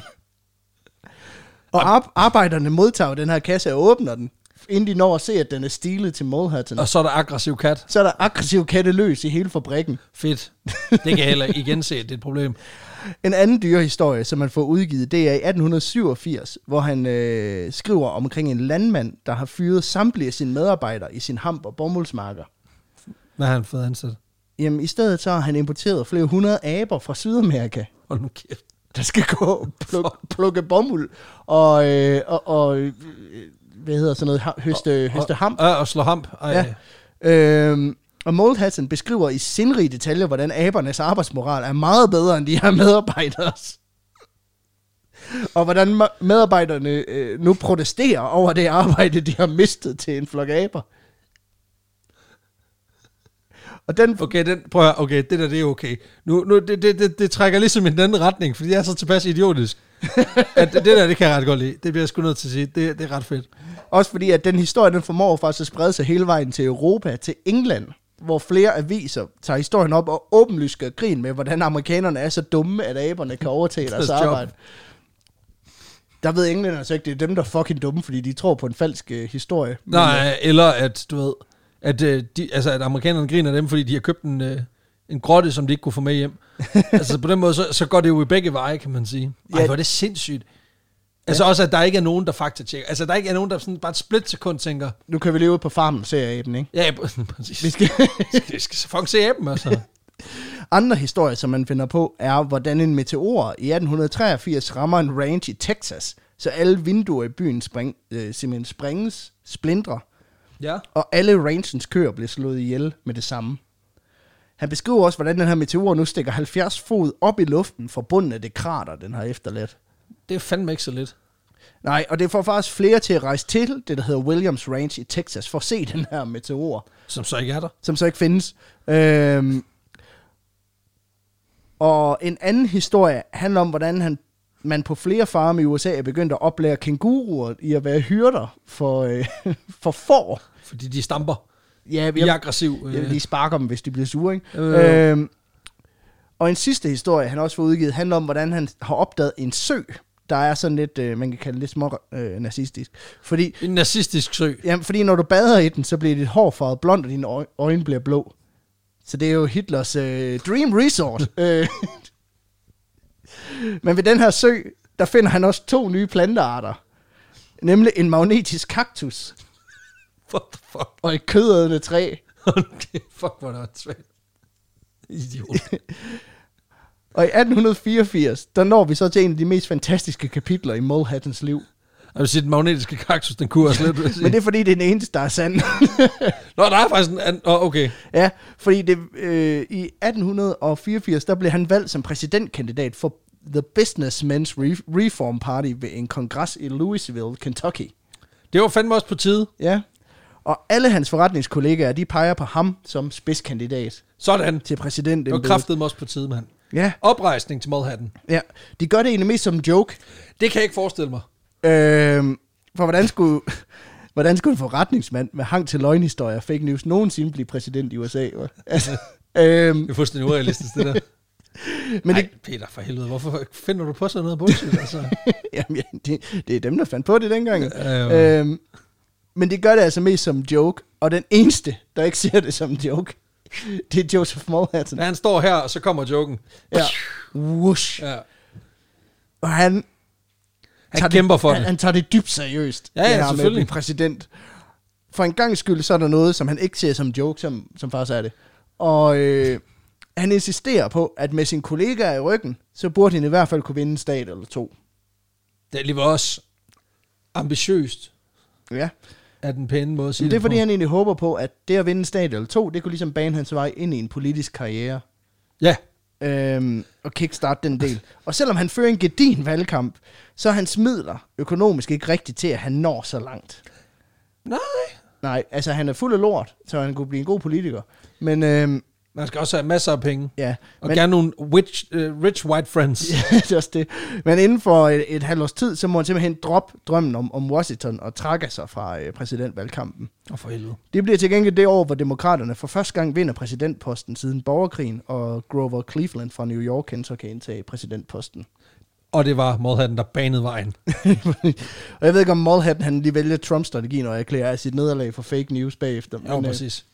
Og ar- arbejderne modtager den her kasse og åbner den, inden de når at se, at den er stilet til Mulhausen. Og så er der aggressiv kat. Så er der aggressiv katte løs i hele fabrikken. Fedt. Det kan jeg heller igen se, det er et problem. En anden dyrehistorie, som man får udgivet, det er i atten syvogfirs, hvor han øh, skriver omkring en landmand, der har fyret samtlige af sine medarbejdere i sin hamp- og bomuldsmarker. Hvad har han fået ansat? Jamen, i stedet så har han importeret flere hundrede aber fra Sydamerika, Hold nu kæft. der skal gå og pluk, plukke bomuld og, øh, og, og øh, hvad hedder sådan noget, høste, høste hamp. Og, og slå hamp. Ej. Ja. Øhm, og Mulhausen beskriver i sindrige detaljer, hvordan abernes arbejdsmoral er meget bedre end de her medarbejderes. Og hvordan medarbejderne øh, nu protesterer over det arbejde, de har mistet til en flok aber. Og den... Okay, den, prøv at høre, okay, det der, det er okay. Nu, nu det, det, det, det trækker ligesom i den anden retning, fordi jeg er så tilpas idiotisk. At det, det der, det kan jeg ret godt lide. Det bliver jeg sgu nødt til at sige. Det, det er ret fedt. Også fordi, at den historie, den formår faktisk at sprede sig hele vejen til Europa, til England, hvor flere aviser tager historien op og åbenlyst gør grin med, hvordan amerikanerne er så dumme, at aberne kan overtage deres arbejde. Der ved englænderne altså ikke, det er dem, der er fucking dumme, fordi de tror på en falsk uh, historie. Nej, men, eller at, du ved, at, uh, de, altså, at amerikanerne griner dem, fordi de har købt en, uh, en grotte, som de ikke kunne få med hjem. Altså på den måde, så, så går det jo i begge veje, kan man sige. Ej, ja. Hvor er det sindssygt. Altså ja. Også, at der ikke er nogen, der faktatjekker. Altså, der ikke er nogen, der sådan bare et splitsekund tænker... Nu kan vi leve på farmen, ser aben, ikke? Ja, præcis. Vi skal, vi skal så fucking se aben, altså. Andre historier, som man finder på, er, hvordan en meteor i atten treogfirs rammer en ranch i Texas, så alle vinduer i byen spring, øh, simpelthen sprænges, splindrer, ja. Og alle ranchens køer bliver slået ihjel med det samme. Han beskriver også, hvordan den her meteor nu stikker halvfjerds fod op i luften fra bunden af det krater, den har efterladt. Det er fandme ikke så lidt. Nej, og det får faktisk flere til at rejse til det, der hedder Williams Ranch i Texas, for at se den her meteor. Som så ikke er der. Som så ikke findes. Øhm, og en anden historie handler om, hvordan han, man på flere farme i U S A er begyndt at oplære kænguruer i at være hyrder for, øh, for får. Fordi de stamper. Ja, de er aggressiv. Øh. Ja, de sparker dem, hvis de bliver sure, ikke? Øh. Øhm, og en sidste historie, han også får udgivet, handler om, hvordan han har opdaget en sø, der er sådan lidt, øh, man kan kalde det lidt små øh, nazistisk. Fordi, en nazistisk sø? Jamen, fordi når du bader i den, så bliver dit hår farvet blond, og dine øjne bliver blå. Så det er jo Hitlers øh, dream resort. Men ved den her sø, der finder han også to nye plantearter. Nemlig en magnetisk kaktus. What the fuck? Og et kødædende træ. Okay, fuck, hvor er det svært. Idiot. Og i atten fireogfirs, der når vi så til en af de mest fantastiske kapitler i Mulhausens liv. Jeg vil sige, den magnetiske kaktus, den kunne også lidt. Men det er fordi, det er den eneste, der er sand. Nå, der er faktisk en anden. Oh, okay. Ja, fordi det, øh, i atten fireogfirs, der blev han valgt som præsidentkandidat for The Businessmen's Reform Party ved en kongres i Louisville, Kentucky. Det var fandme også på tide. Ja, og alle hans forretningskollegaer, de peger på ham som spidskandidat. Sådan. Til præsident. Det var kraftedeme også på tide, mand. Ja. Oprejsning til Mulhausen. Ja, de gør det egentlig mest som en joke. Det kan jeg ikke forestille mig. Øhm, for hvordan skulle, hvordan skulle en forretningsmand med hang til løgnhistorier og fake news nogensinde blive præsident i U S A? Altså, øhm, det er fuldstændig urealistisk, det der. Men Ej, det, Peter, for helvede, hvorfor finder du på sådan noget bullshit? Altså? Jamen, ja, det, det er dem, der fandt på det dengang. Øh, øhm, men de gør det altså mest som en joke, og den eneste, der ikke ser det som en joke, det er Joseph Mulhausen. Ja, han står her, og så kommer joken. Ja. Whoosh. Ja. Og han... Han kæmper det, for han, det. Han tager det dybt seriøst. Ja, ja, selvfølgelig. Med præsident. For en gang skyld, så er der noget, som han ikke ser som joke, som, som faktisk er det. Og øh, han insisterer på, at med sine kollegaer i ryggen, så burde han i hvert fald kunne vinde en stat eller to. Det er lige også ambitiøst. Ja. Er den pæne måde at sige det, det er, fordi på. han egentlig håber på, at det at vinde en stat eller to, det kunne ligesom bane hans vej ind i en politisk karriere. Ja. Øhm, og kickstart den del. Og selvom han fører en gedin valgkamp, så er hans midler økonomisk ikke rigtigt til, at han når så langt. Nej. Nej, altså han er fuld af lort, så han kunne blive en god politiker. Men øhm, Man skal også have masser af penge. Ja. Og Men, gerne nogle rich, uh, rich white friends. ja, det er også det. Men inden for et, et halvt års tid, så må han simpelthen droppe drømmen om, om Washington og trække sig fra øh, præsidentvalgkampen. Og for helvede. Det bliver til gengæld det år, hvor demokraterne for første gang vinder præsidentposten siden borgerkrigen, og Grover Cleveland fra New York kan så kan indtage præsidentposten. Og det var Mulhattan, der banede vejen. Og jeg ved ikke, om Mulhattan han lige vælger Trump-strategien og erklærer sit nederlag for fake news bagefter. Ja, præcis.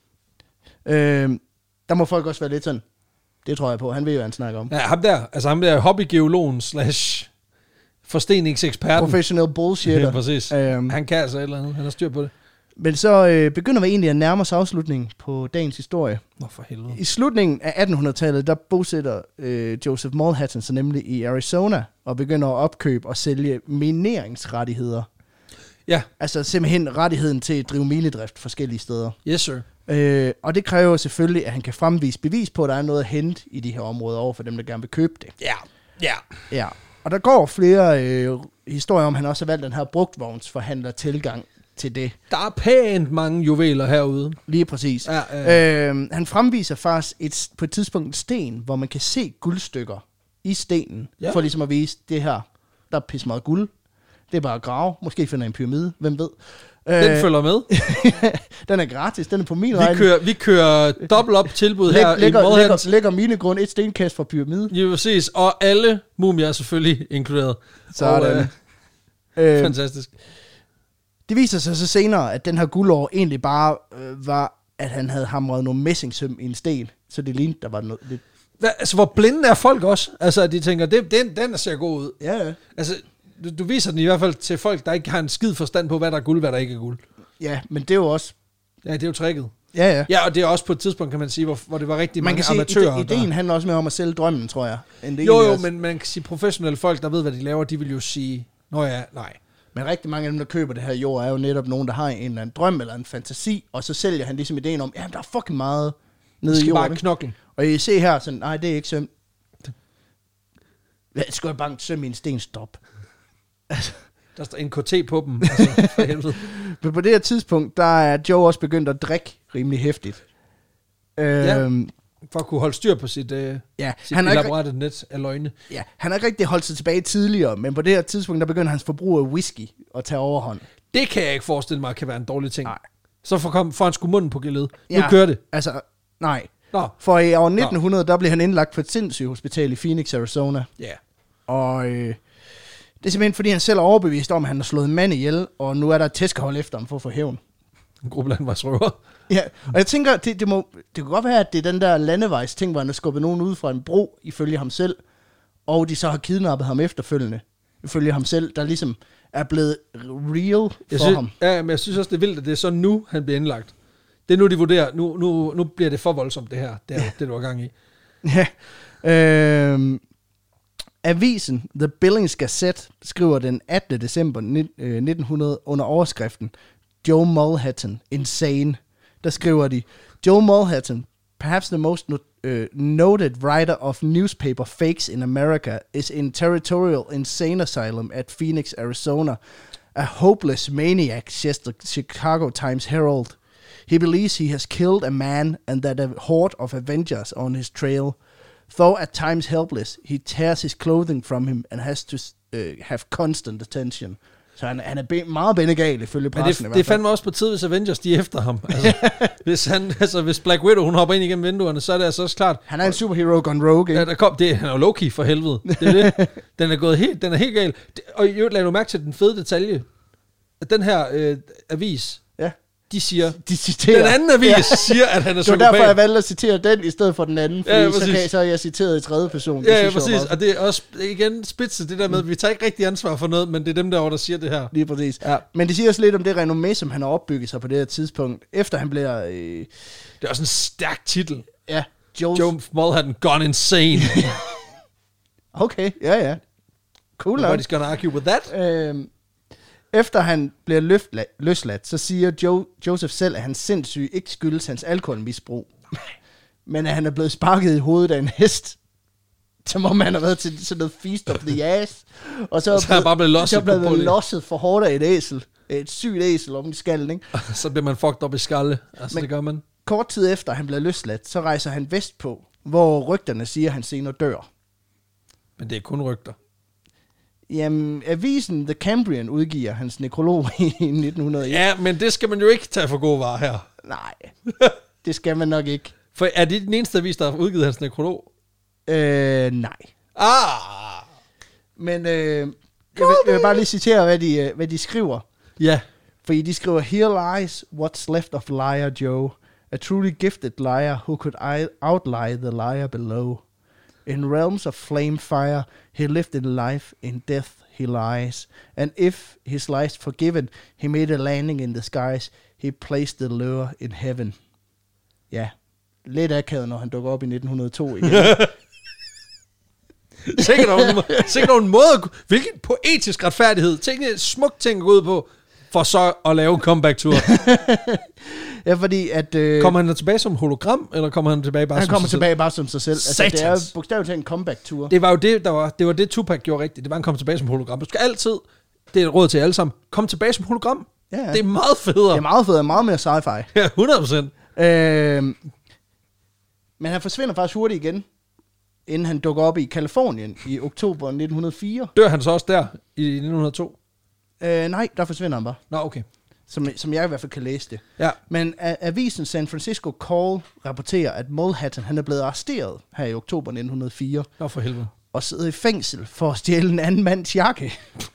Øh, der må folk også være lidt sådan, det tror jeg på, han ved, hvad han snakker om. Ja, ham der, altså ham der hobbygeologen slash forsteningseksperten. Professional bullshitter. Ja, præcis. Øhm, Han kan altså et eller andet, han har styr på det. Men så øh, begynder vi egentlig at nærme os afslutningen på dagens historie. Nå, for helvede. I slutningen af attenhundredetallet, der bosætter øh, Joseph Mulhattan sig nemlig i Arizona, og begynder at opkøbe og sælge mineringsrettigheder. Ja. Altså simpelthen rettigheden til at drive minedrift forskellige steder. Yes, sir. Øh, og det kræver selvfølgelig, at han kan fremvise bevis på, at der er noget at hente i de her områder over for dem, der gerne vil købe det. Ja, ja. Ja. Og der går flere øh, historier om, at han også har valgt den her brugtvognsforhandler tilgang til det. Der er pænt mange juveler herude. Lige præcis. Ja, ja. Øh, han fremviser faktisk et, på et tidspunkt en sten, hvor man kan se guldstykker i stenen, ja. for ligesom at vise, det her, der er pisse meget guld. Det er bare at grave. Måske finder en pyramide, hvem ved. Den øh, følger med. Den er gratis, den er på min vi regning. kører, vi kører dobbelt op tilbud her Læg, lægger, i Mulhattan. lægger, lægger minegrund et stenkast fra pyramide. Ja, præcis. Og alle mumier er selvfølgelig inkluderet. Sådan. Og, øh, øh, fantastisk. Det viser sig så senere, at den her guldår egentlig bare øh, var, at han havde hamret nogle messingsøm i en sten. Så det lignede, der var noget lidt... Hva, altså, hvor blinde er folk også? Altså, at de tænker, det, den, den ser god ud. Ja, ja. Altså, du, du viser den i hvert fald til folk, der ikke har en skid forstand på, hvad der er guld, hvad der ikke er guld. Ja, men det er jo også... Ja, det er jo tricket. Ja, ja. Ja, og det er også på et tidspunkt, kan man sige, hvor, hvor det var rigtig Man mange kan sige, amatører. ide- ideen handler også mere om at sælge drømmen, tror jeg. End det jo, jo, også. men man kan sige, professionelle folk, der ved, hvad de laver, de vil jo sige, nå ja, nej. Men rigtig mange af dem, der køber det her jord, er jo netop nogen, der har en eller anden drøm eller en fantasi, og så sælger han ligesom ideen om, ja, der er fucking meget nede i skal jorden. bare knokle. Og I ser her, sådan, nej, det er ikke søm. Hvad skal jeg banke søm i en sten? Stop. Der står en K T på dem, altså, for helvede. Men på det her tidspunkt, der er Joe også begyndt at drikke rimelig hæftigt. Ja, Øhm, for at kunne holde styr på sit, øh, ja, sit han har ikke, elaborate net af løgne. ja, han har ikke rigtig holdt sig tilbage tidligere, men på det her tidspunkt, der begynder hans forbrug af whisky at tage overhånd. Det kan jeg ikke forestille mig, kan være en dårlig ting. Nej. Så får, kom, får han sgu munden på geled. Ja, Nu kører det. Altså, nej. Nå, For i år nitten hundrede, der blev han indlagt på et sindssygehospital i Phoenix, Arizona. ja. Yeah. Og øh, det er simpelthen, fordi han selv er overbevist om, at han har slået en mand ihjel, og nu er der et tæskehold efter ham for at få hævn. En gruppe landvejsrøver. Ja, og jeg tænker, det, det, må, det kunne godt være, at det er den der landevejs ting, hvor han har skubbet nogen ud fra en bro, ifølge ham selv, og de så har kidnappet ham efterfølgende, ifølge ham selv, der ligesom er blevet real for Jeg synes, ham. ja, men jeg synes også, det er vildt, at det er så nu, han bliver indlagt. Det er nu, de vurderer. Nu, nu, nu bliver det for voldsomt, det her. Det, er, det du har gang i. Ja. Øhm, avisen The Billings Gazette skriver den attende december nitten hundrede under overskriften Joe Mulhattan, insane. Der skriver de, Joe Mulhattan, perhaps the most not, uh, noted writer of newspaper fakes in America, is in territorial insane asylum at Phoenix, Arizona. A hopeless maniac, says the Chicago Times Herald. He believes he has killed a man and that a horde of avengers on his trail. Though at times helpless, he tears his clothing from him and has to uh, have constant attention. Så han, han er be- meget bendegal, ifølge pressen. Men det, det fandme også på tid, hvis Avengers de er efter ham. Altså, hvis, han, altså, hvis Black Widow hun hopper ind igennem vinduerne, så er det altså også klart. Han er en superhero gone rogue, ikke? Ja, der kom, det, han er jo Loki for helvede. Det er det. Den er gået helt, den er helt gal. Det, og i øvrigt lagde du mærke til den fede detalje. At den her øh, avis, Ja. de siger, De citerer. den anden avis ja. siger, at han er Det var psykopat. derfor, jeg valgte at citere den, i stedet for den anden, fordi Ja, ja, ja, så, kan, så er jeg citeret i tredje person. Det Ja, ja, synes jeg var præcis. meget- Og det er også igen spidse det der med, at vi tager ikke rigtig ansvar for noget, men det er dem derovre, der siger det her. Lige præcis. Ja. Men det siger også lidt om det renommé, som han har opbygget sig på det her tidspunkt, efter han bliver... Øh, Det er også en stærk titel. ja, Joe... Joe Mulhattan gone insane. Okay, ja, ja. Cool nok. Nobody's gonna argue with that. Øhm, efter han bliver løfla- løsladt, så siger Joe, Joseph selv, at hans sindssyge ikke skyldes hans alkoholmisbrug, men at han er blevet sparket i hovedet af en hest, som om han har været til sådan noget feast of the ass, og så, Så er han bare blevet losset så er på blevet bullet. losset for hårdt af et æsel, et sygt æsel om i skallen, ikke? Så bliver man fucked op i skalle. Altså, Men- det gør man. kort tid efter han bliver løsladt, så rejser han vestpå, hvor rygterne siger, at han senere dør. Men det er kun rygter. Jamen, avisen The Cambrian udgiver hans nekrolog i nitten hundrede og en. Ja, men det skal man jo ikke tage for gode varer her. Nej, det skal man nok ikke. For er det den eneste avis, der har udgivet hans nekrolog? Øh, nej. Ah! Men øh, jeg, vil, jeg vil bare lige citere, hvad de, hvad de skriver. Ja. Fordi de skriver, Here lies what's left of Liar Joe, a truly gifted liar who could I- outlie the liar below. In realms of flame fire, he lived in life, in death he lies. And if his lies forgiven, he made a landing in the skies, he placed the lure in heaven. Ja, lidt akavet, når han dukker op i nitten hundrede og to igen. Sikkert nogen, sikkert nogen måde, hvilken poetisk retfærdighed, tænk en smuk ting at gå ud på, for så at lave en comeback-tur. Ja, fordi at... Øh, kommer han tilbage som hologram, eller kommer han tilbage bare han som kommer sig selv? tilbage bare som sig selv. Altså, det er bogstaveligt talt en comeback-tur. Det var jo det, der var, det var det Tupac gjorde rigtigt. Det var, han kom tilbage som hologram. Du skal altid, det er et råd til alle sammen, kom tilbage som hologram. Ja, ja. Det er meget federe. Det er meget federe, meget mere sci-fi. Ja, hundrede procent. Øh, men han forsvinder faktisk hurtigt igen, inden han dukker op i Kalifornien i oktober nitten hundrede og fire. Dør han så også der i nitten hundrede og to? Øh, nej, der forsvinder han bare. Nå, okay. Som, som jeg i hvert fald kan læse det. Ja. Men a- avisen San Francisco Call rapporterer, at Mulhattan han er blevet arresteret her i oktober nitten hundrede og fire. Nå, for helvede. Og sidder i fængsel for at stjæle en anden mands jakke.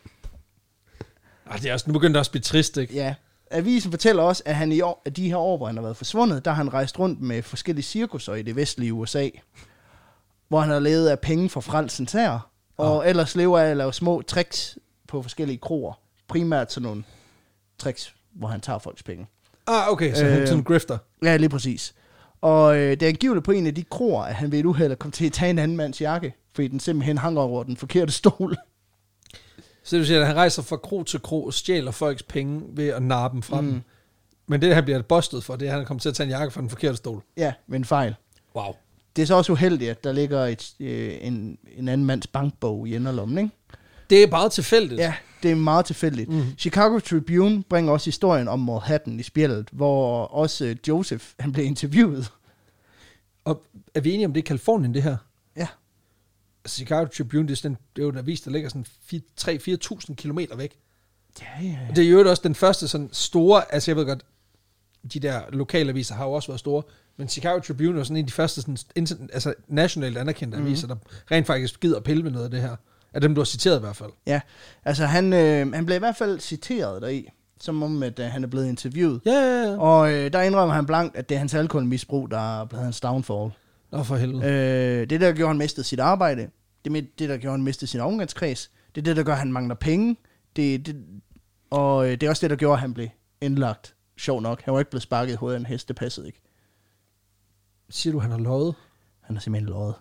Ej, det er også, nu begynder det også at blive trist, ikke? Ja. Avisen fortæller også, at han i år, at de her år, hvor han har været forsvundet, der har han rejst rundt med forskellige cirkusser i det vestlige U S A, hvor han har levet af penge for frelsens hær, og oh. ellers lever af at lave små tricks på forskellige kroer. Primært sådan nogle tricks, hvor han tager folks penge. Ah, okay, så øh, han er sådan en grifter. Ja, lige præcis. Og øh, det er angiveligt på en af de kroer, at han ved et uheld at komme til at tage en anden mands jakke, fordi den simpelthen hang over den forkerte stol. Så det vil sige, at han rejser fra kro til kro og stjæler folks penge ved at narre dem fra mm. dem. Men det, han bliver bustet for, det er, at han kommer til at tage en jakke fra den forkerte stol. Ja, med en fejl. Wow. Det er så også uheldigt, at der ligger et, øh, en, en anden mands bankbog i enderlommen, ikke? Det er bare tilfældigt. Ja, det er meget tilfældigt. Mm. Chicago Tribune bringer også historien om Mulhattan i spjældet, hvor også Joseph han blev interviewet. Og er vi enige om, det er Kalifornien, det her? Ja. Chicago Tribune, det er, sådan, det er jo en avis, der ligger sådan tre til fire tusind kilometer væk. Ja, ja, ja. Og det er jo også den første sådan store, altså jeg ved godt, de der lokalaviser har jo også været store, men Chicago Tribune er sådan en af de første sådan, altså nationalt anerkendte mm. aviser, der rent faktisk gider at pille med noget af det her. Af dem, du har citeret i hvert fald. Ja, altså han, øh, han blev i hvert fald citeret deri, som om, at øh, han er blevet interviewet. Ja, ja, ja. Og øh, der indrømmer han blankt, at det er hans alkoholmisbrug, der er blevet hans downfall. Nå, for helvede. Øh, det der gjorde han mistet sit arbejde. Det er det, der gjorde han mistet sin omgangskreds. Det er det, der gør, at han mangler penge. Det, det, og øh, det er også det, der gjorde, at han blev indlagt. Sjov nok. Han var ikke blevet sparket i hovedet af en hest. Det passede ikke. Siger du, han har løjet? Han har simpelthen løjet.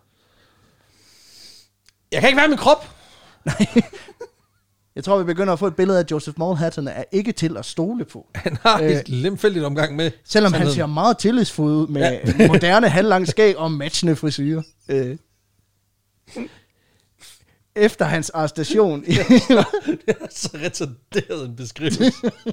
Jeg kan ikke være min krop! Nej. Jeg tror, vi begynder at få et billede af Joseph Mulhattan er ikke til at stole på. Han har øh, et lemfældigt omgang med selvom han ser meget tillidsfuld ud med ja. moderne halvlang skæg og matchende frisyrer. Øh. Efter hans arrestation. Det er så retarderet en beskrivelse.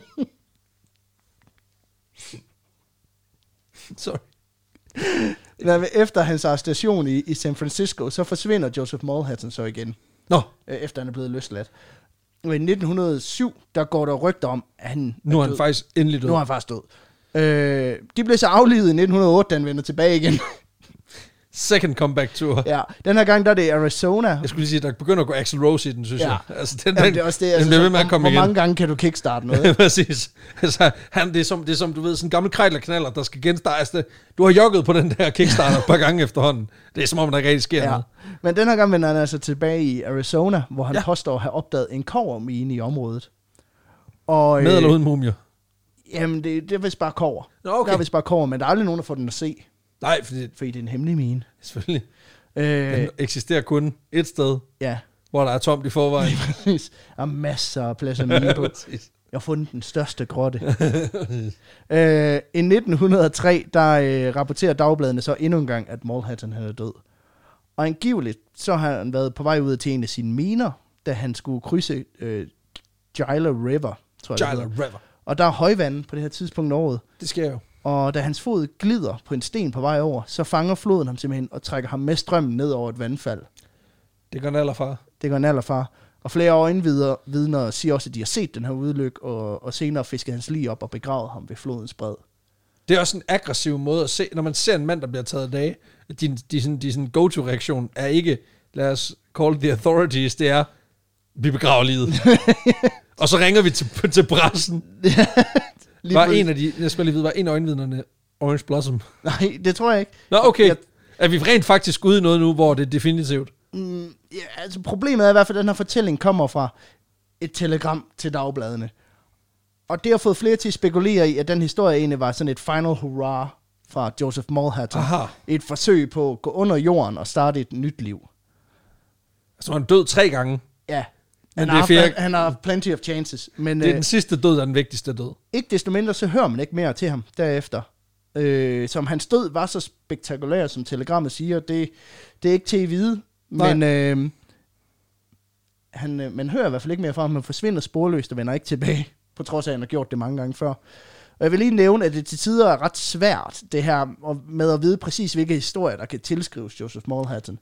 Sorry. Efter hans arrestation i, i San Francisco, så forsvinder Joseph Mulhattan så igen. Nå. Efter han er blevet løsladt. Og i nitten hundrede og syv, der går der rygter om, at han Nu er han død. faktisk endelig død. Nu er han faktisk død. Øh, de blev så aflivet i nitten hundrede og otte, da han vender tilbage igen. Second comeback tour. Ja, den her gang, der er det Arizona. Jeg skulle lige sige, der begynder at gå Axl Rose i den, synes ja. jeg. Altså, den, Jamen, det er også det. Altså, den bliver ved med at komme hvor igen. Hvor mange gange kan du kickstarte noget? Præcis. Altså, han, det, er som, det er som, du ved, sådan en gammel krejlerknaller, der skal genstarte. Altså, du har jogget på den der kickstarter et par gange efterhånden. Det er som om, der ikke rigtig sker ja. noget. Men den her gang vender han altså tilbage i Arizona, hvor han ja. påstår at have opdaget en kobbermine i området. Og, med øh, eller uden mumier? Jamen, det, det er vist bare kobber. Okay. Der er vist bare kobber, men der er aldrig nogen, der får den at se. Nej, fordi, fordi det er en hemmelig mine. Selvfølgelig. Øh, den eksisterer kun et sted, ja. hvor der er tomt i forvejen. Der er masser af plads af mine på. Jeg har fundet den største grotte. øh, I nitten hundrede og tre, der øh, rapporterer dagbladene så endnu en gang, at Mulhattan er død. Og angiveligt, så har han været på vej ud til en af sine miner, da han skulle krydse øh, Gila River, tror jeg Gila River. Og der er højvand på det her tidspunkt af året. Det sker jo. Og da hans fod glider på en sten på vej over, så fanger floden ham simpelthen og trækker ham med strømmen ned over et vandfald. Det går en allerfar. Det går en allerfar. Og flere øjenvidner siger også, at de har set den her ulykke, og, og senere fiskede hans lig op og begravet ham ved flodens bred. Det er også en aggressiv måde at se, når man ser en mand, der bliver taget af dage. De, de, sådan, de sådan go-to-reaktion er ikke, lad os call the authorities, det er, vi begraver livet. Og så ringer vi til, til pressen. Var en af de, jeg skal lige vide, var en af øjenvidnerne Orange Blossom? Nej, det tror jeg ikke. Nå, okay. Jeg, er vi rent faktisk ude i noget nu, hvor det er definitivt? Mm, ja, altså problemet er i hvert fald, at den her fortælling kommer fra et telegram til dagbladene. Og det har fået flere til at spekulere i, at den historie egentlig var sådan et final hurra fra Joseph Mulhattan. Aha. Et forsøg på at gå under jorden og starte et nyt liv. Altså han er død tre gange. Ja, men han, det er har, fire... han har plenty of chances. Men, det er øh, den sidste død, der er den vigtigste død. Ikke desto mindre, så hører man ikke mere til ham derefter. Øh, som hans død var så spektakulær, som telegrammet siger, det, det er ikke til at vide. Nej. Men øh, han, øh, man hører i hvert fald ikke mere fra ham. Han forsvinder sporløst og vender ikke tilbage, på trods af, at han har gjort det mange gange før. Og jeg vil lige nævne, at det til tider er ret svært, det her med at vide præcis, hvilke historier, der kan tilskrives Joseph Mulhattan.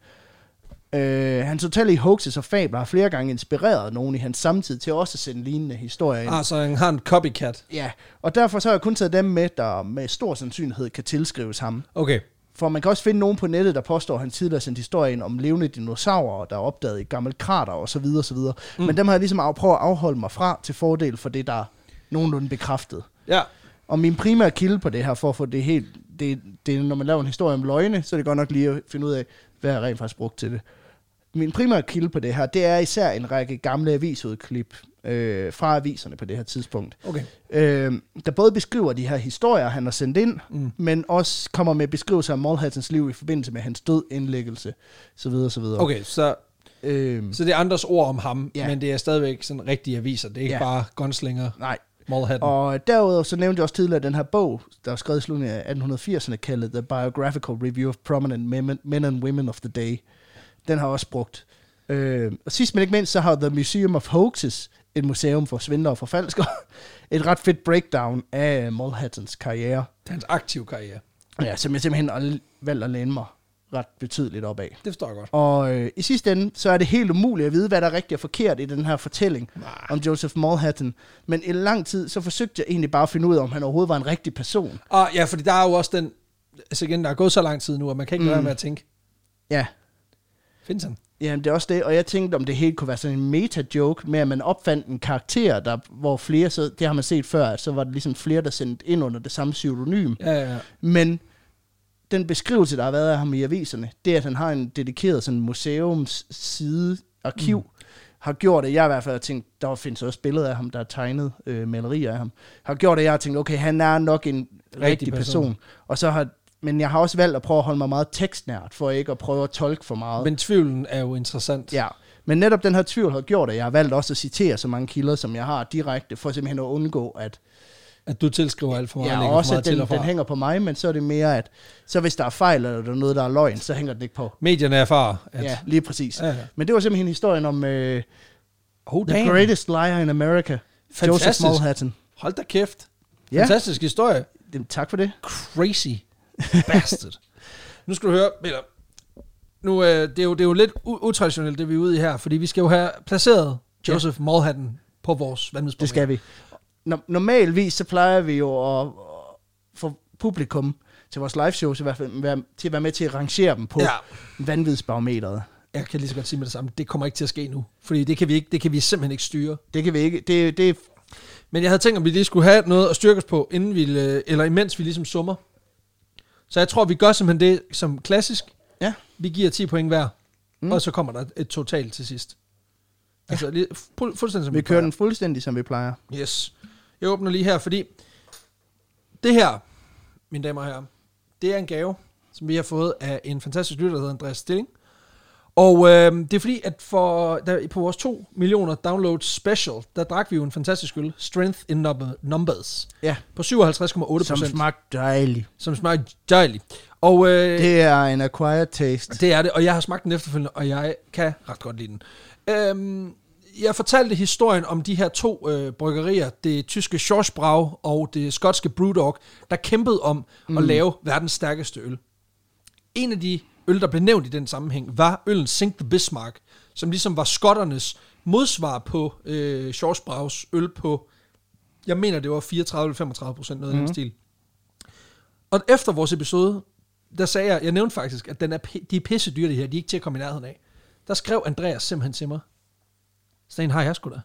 Øh, hans utallige hoaxes og fabler har flere gange inspireret nogen i hans samtid til også at sende lignende historier ind. Altså han har en copycat. Ja, og derfor så har jeg kun taget dem med, der med stor sandsynlighed kan tilskrives ham. Okay. For man kan også finde nogen på nettet, der påstår, at han tidligere sendte historier ind om levende dinosaurer, der er opdaget i gamle krater og så videre, så videre. Mm. Men dem har jeg ligesom af, prøvet at afholde mig fra til fordel for det, der er nogenlunde bekræftet. Ja. Og min primære kilde på det her, for at få det helt, det, det, når man laver en historie om løgne, så er det godt nok lige at finde ud af, hvad jeg rent faktisk brugt til det. Min primære kilde på det her, det er især en række gamle avisudklip øh, fra aviserne på det her tidspunkt. Okay. Øh, der både beskriver de her historier, han har sendt ind, mm. men også kommer med beskrivelser af Mulhattans liv i forbindelse med hans død, indlæggelse, så videre, så videre. Okay, så, øh, så det er andres ord om ham, ja. Men det er stadigvæk sådan rigtige aviser. Det er ikke ja. bare gunslinger. Nej. Mulhattan. Og derudover så nævnte jeg også tidligere den her bog, der er skrevet i slutningen af atten firserne, kaldet The Biographical Review of Prominent Men, Men and Women of the Day. Den har også brugt. Øh, og sidst men ikke mindst, så har The Museum of Hoaxes, et museum for svindlere og forfalskere, et ret fedt breakdown af Mulhattans karriere. Hans aktive karriere. Ja, som jeg simpelthen har valgt at læne mig ret betydeligt op af. Det forstår jeg godt. Og øh, i sidste ende, så er det helt umuligt at vide, hvad der er rigtigt og forkert i den her fortælling nah. om Joseph Mulhattan. Men i lang tid, så forsøgte jeg egentlig bare at finde ud af, om han overhovedet var en rigtig person. Og ja, fordi der er jo også den, altså igen, der er gået så lang tid nu, og man kan ikke mm. lade med at tænke. Ja. Findes han? Jamen, det er også det, og jeg tænkte, om det hele kunne være sådan en meta-joke, med at man opfandt en karakter, der, hvor flere, så, det har man set før, at så var det ligesom flere, der sendte ind under det samme pseudonym. Ja, ja, ja. Men den beskrivelse, der har været af ham i aviserne, det at han har en dedikeret sådan museumsside, arkiv, mm. har gjort, at jeg i hvert fald har tænkt, der findes også billeder af ham, der er tegnet øh, malerier af ham, har gjort, at jeg har tænkt, okay, han er nok en rigtig, rigtig person. person. Og så har Men jeg har også valgt at prøve at holde mig meget tekstnært, for ikke at prøve at tolke for meget. Men tvivlen er jo interessant. Ja, men netop den her tvivl har gjort, at jeg har valgt også at citere så mange kilder, som jeg har direkte, for simpelthen at undgå, at... At du tilskriver alt for meget. Ja, og også at den, den hænger på mig, men så er det mere, at så hvis der er fejl, eller der er noget, der er løgn, så hænger den ikke på. Medierne erfarer. At... Ja, lige præcis. Ja, ja. Men det var simpelthen historien om uh, oh, The Greatest Liar in America, fantastisk. Joseph Mulhattan. Hold da kæft. Ja. Fantastisk historie. Det, tak for det. Crazy bastard. Nu skal du høre, Peter. Nu, øh, det, er jo, det er jo lidt utraditionelt, det vi er ude i her, fordi vi skal jo have placeret Joseph ja. Mulhattan på vores vanvidsprogram. Det skal vi. Normalvis så plejer vi jo at, at få publikum til vores live shows i hvert fald være, til at være med til at rangere dem på ja. vanvidsbarometeret. Jeg kan lige så godt sige med det samme. Det kommer ikke til at ske nu, fordi det kan vi ikke, det kan vi simpelthen ikke styre. Det kan vi ikke. Det, det Men jeg havde tænkt, om vi lige skulle have noget at styrke os på, inden vi, eller imens vi ligesom summer. Så jeg tror, vi gør simpelthen det som klassisk. Ja. Vi giver ti point hver, mm. og så kommer der et total til sidst. Ja. Altså lige, fu- fuldstændig som vi, vi kører den fuldstændig, som vi plejer. Yes. Jeg åbner lige her, fordi det her, mine damer og herrer, det er en gave, som vi har fået af en fantastisk lytter, der hedder Andreas Stilling. Og øh, det er fordi, at for, der, på vores to millioner downloads special, der drak vi jo en fantastisk øl, Strength in Numbers, ja. på syvoghalvtreds komma otte procent. Som smagte dejligt. Som smagte dejligt. Og, øh, det er en acquired taste. Det er det, og jeg har smagt den efterfølgende, og jeg kan ret godt lide den. Øhm, jeg fortalte historien om de her to øh, bryggerier, det tyske Schorschbrau og det skotske Brewdog, der kæmpede om mm. at lave verdens stærkeste øl. En af de øl, der blev nævnt i den sammenhæng, var øllen Sink the Bismarck, som ligesom var skotternes modsvar på øh, Schorschbraus øl på, jeg mener det var fireogtredive til femogtredive procent noget mm. af den stil. Og efter vores episode, der sagde jeg, jeg nævnte faktisk, at den er, de er pisse dyre det her, de er ikke til at komme i nærheden af. Der skrev Andreas simpelthen til mig, så en har jeg sgu da.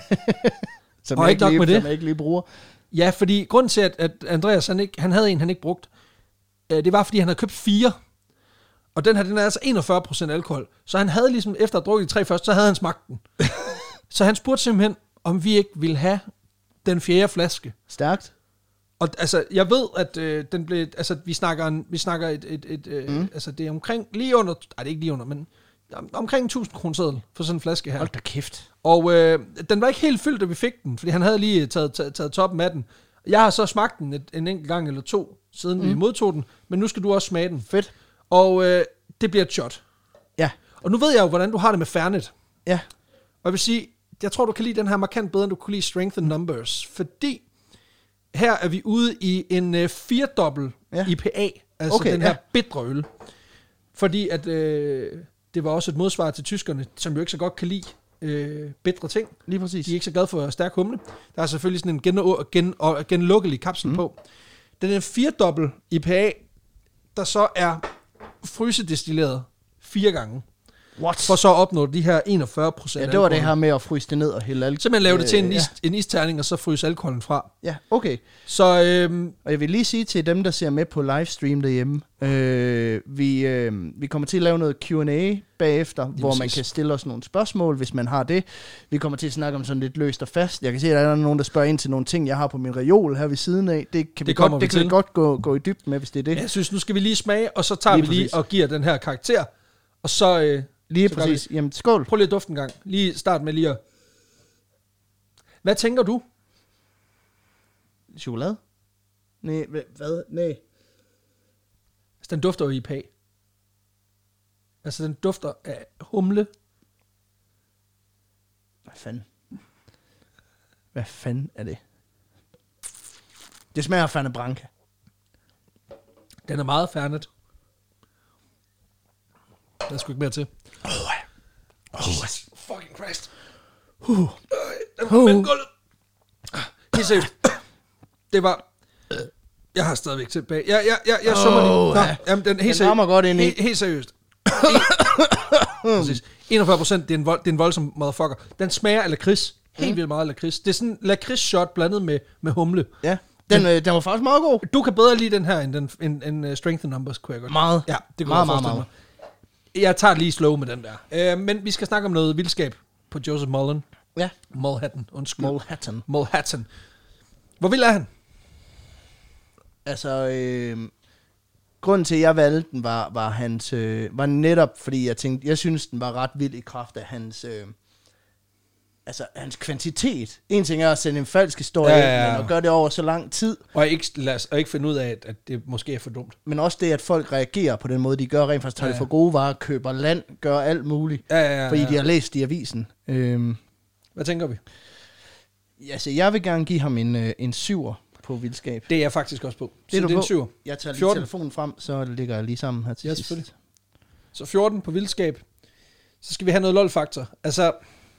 som, og jeg ikke nok lige, med det. som jeg ikke lige bruger. Ja, fordi grunden til, at, at Andreas han, ikke, han havde en, han ikke brugt, øh, det var, fordi han havde købt fire. Og den her, den er altså enogfyrre procent alkohol. Så han havde ligesom, efter at have drukket de tre første, så havde han smagt den. Så han spurgte simpelthen, om vi ikke ville have den fjerde flaske. Stærkt. Og altså, jeg ved, at øh, den blev, altså, vi snakker, en, vi snakker et, et, et øh, mm. altså, det er omkring, lige under, nej, det er ikke lige under, men omkring tusind kroner seddel for sådan en flaske her. Hold da kæft. Og øh, den var ikke helt fyldt, da vi fik den, fordi han havde lige taget, taget, taget toppen af den. Jeg har så smagt den et, en enkelt gang eller to, siden mm. vi modtog den, men nu skal du også smage den. Fedt. Og øh, det bliver et shot. Ja. Og nu ved jeg jo, hvordan du har det med Fernet. Ja. Og jeg vil sige, jeg tror, du kan lide den her markant bedre, end du kunne lide Strength in Numbers, fordi her er vi ude i en øh, firedobbelt ja. I P A, altså okay, den her ja. bitre øl. Fordi at øh, det var også et modsvar til tyskerne, som jo ikke så godt kan lide øh, bitre ting. Lige præcis. De er ikke så glade for stærk humle. Der er selvfølgelig sådan en gen- gen- gen- genlukkelig kapsel mm. på. Den er en firedobbelt I P A, der så er frysedestilleret fire gange. What? For så at opnå de her enogfyrre procent. Ja, det var alkohol. Det her med at fryse det ned og hælde alkohol. Simpelthen lave det til en, is, ja. en isterning, og så fryse alkoholen fra. Ja, okay. Så, øhm, og jeg vil lige sige til dem, der ser med på livestream derhjemme, øh, vi, øh, vi kommer til at lave noget Q and A bagefter, det hvor man præcis. Kan stille os nogle spørgsmål, hvis man har det. Vi kommer til at snakke om sådan lidt løst og fast. Jeg kan se, at der er nogen, der spørger ind til nogle ting, jeg har på min reol her ved siden af. Det kan vi, det godt, vi, det kan vi godt gå, gå i dybden med, hvis det er det. Jeg synes, nu skal vi lige smage, og så tager lige vi lige præcis. Og giver den her karakter. Og så... Øh, Lige præcis. Jamen, skål. Prøv lige at dufte en gang. Lige start med lige at... Hvad tænker du? Chokolade? Nej, hvad? Nej. Altså, den dufter jo I P A. Altså, den dufter af humle. Hvad fanden? Hvad fanden er det? Det smager af Fernet Branca. Den er meget Fernet. Der er sgu ikke mere til. Oh, oh, Jesus fucking Christ. Uh. Øh, den var mellem gulvet. Helt seriøst. Det var... Jeg har stadigvæk tilbage. Jeg, jeg, jeg, jeg summer oh, lige. Nå, jamen, den, helt, den godt ind i. Helt, helt seriøst. Præcis. enogfyrre procent, det er en, vold, det er en voldsom motherfucker. Den smager af lakrids. Helt mm. vildt meget lakrids. Det er sådan en lakrids-shot blandet med, med humle. Ja. Den, den, den var faktisk meget god. Du kan bedre lide den her, end, den, end, end uh, Strength in Numbers, kunne jeg godt. Meget. Ja, det kunne meget, jeg meget, meget. mig. Jeg tager lige slow med den der. Uh, men vi skal snakke om noget vildskab på Joseph Mullen. Ja. Mulhattan, undskyld. Mulhattan. Mulhattan. Hvor vild er han? Altså, øh, grunden til, at jeg valgte den, var, var, hans, øh, var netop, fordi jeg tænkte, jeg synes, den var ret vild i kraft af hans, øh, altså, hans kvantitet. En ting er at sende en falsk historie, ja, ja, ja. Men at gøre det over så lang tid. Og ikke, lad os, og ikke finde ud af, at, at det måske er for dumt. Men også det, at folk reagerer på den måde, de gør, rent faktisk tager ja, ja. det for gode varer, køber land, gør alt muligt, ja, ja, ja, fordi ja. de har læst i avisen. Øh, Hvad tænker vi? Altså, jeg vil gerne give ham en, øh, en syver på vildskab. Det er jeg faktisk også på. Det er så du det er på. en syver. Jeg tager lige telefonen frem, så ligger jeg lige sammen her til ja, sidst. Selvfølgelig. Så fjorten på vildskab. Så skal vi have noget lol-faktor. Altså,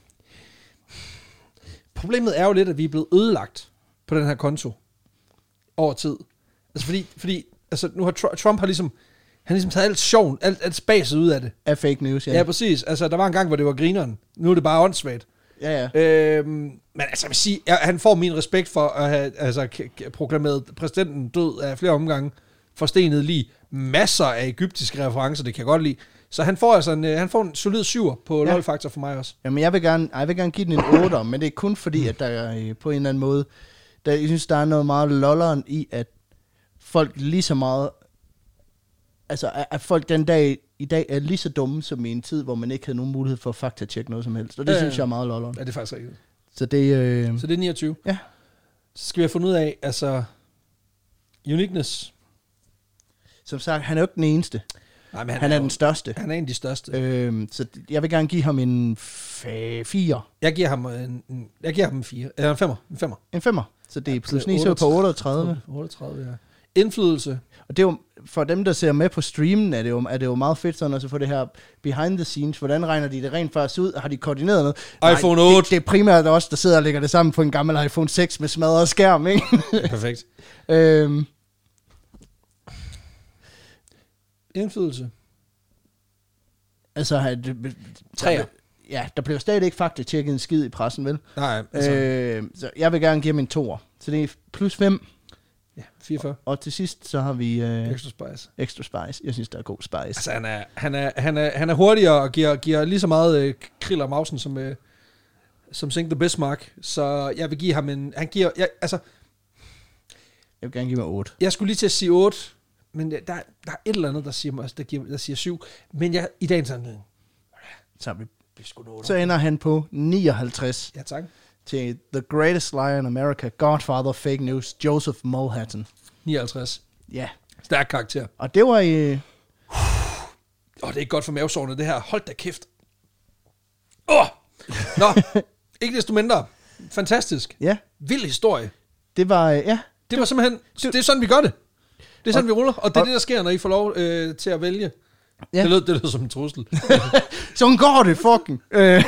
problemet er jo lidt, at vi er blevet ødelagt på den her konto over tid. Altså fordi, fordi altså nu har Tr- Trump har ligesom, han har ligesom taget alt sjovn, alt, alt spaset ud af det. Af fake news, ja. Ja, præcis. Altså, der var en gang, hvor det var grineren. Nu er det bare åndssvagt. Ja, ja. Øhm, men altså, jeg vil sige, jeg, han får min respekt for at have altså, k- k- proklameret præsidenten død af flere omgange, forstenet lige masser af egyptiske referencer, det kan jeg godt lide. Så han får altså en, han får en solid syver på ja. lol-faktor for mig også. Jamen, jeg vil gerne, jeg vil gerne give den en otter, men det er kun fordi, at der er på en eller anden måde, der, jeg synes, der er noget meget lolleren i, at folk lige så meget, altså at folk den dag i dag er lige så dumme som i en tid, hvor man ikke havde nogen mulighed for at faktatjekke noget som helst. Og det øh, synes jeg er meget lolleren. Ja, det er faktisk rigtigt. Så det, øh... så det er niogtyve. Ja. Så skal vi have fundet ud af, altså, uniqueness. Som sagt, han er jo ikke den eneste. Nej, men han, han er, er den største. Han er en af de største. Øhm, så jeg vil gerne give ham en f- fire. Jeg giver ham en, en, jeg giver ham en fire. Eller en femmer. En femmer. En femmer. Så det er plus ni, så på otteogtredive. otteogtredive, ja. Indflydelse. Og det er jo, for dem, der ser med på streamen, er det jo, er det jo meget fedt sådan at få det her behind the scenes. Hvordan regner de det rent faktisk ud? Har de koordineret noget? iPhone Nej, otte. Det, det er primært os, der sidder og lægger det sammen på en gammel iPhone seks med smadret skærm, ikke? Perfekt. øhm. Indflydelse. Altså, Træer. Ja, der blev stadig ikke faktisk tjekket en skid i pressen, vel? Nej, altså. Øh, så jeg vil gerne give dem en toer. Så det er plus fem. Ja, fireogfyrre. Og til sidst, så har vi... Øh, Extra Spice. Extra Spice. Jeg synes, der er god spice. Altså, han er, han er, han er, han er hurtigere og giver, giver lige så meget øh, krill og mausen som, øh, som Sink the Bismarck. Så jeg vil give ham en... Han giver... Jeg, altså... Jeg vil gerne give mig otte. Jeg skulle lige til at sige otte, men der, der er et eller andet, der siger, mig, der giver, der siger syv. Men jeg, i dagens anledning... Så, vi, så ender han på nioghalvtreds. Ja, tak. Til The Greatest Liar in America, Godfather, Fake News, Joseph Mulhattan. nioghalvtreds. Ja. Stærk karakter. Og det var i... Åh, oh, det er ikke godt for mavesårene, det her. Hold da kæft. Åh! Oh! Nå, ikke desto mindre. Fantastisk. Ja. Vild historie. Det var, ja. Det var simpelthen... Det er sådan, vi gør det. Det er sådan, og, vi ruller. Og det er og, det, der sker, når I får lov øh, til at vælge. Ja. Det lød, det lød som en trussel. Sådan går det, fucking.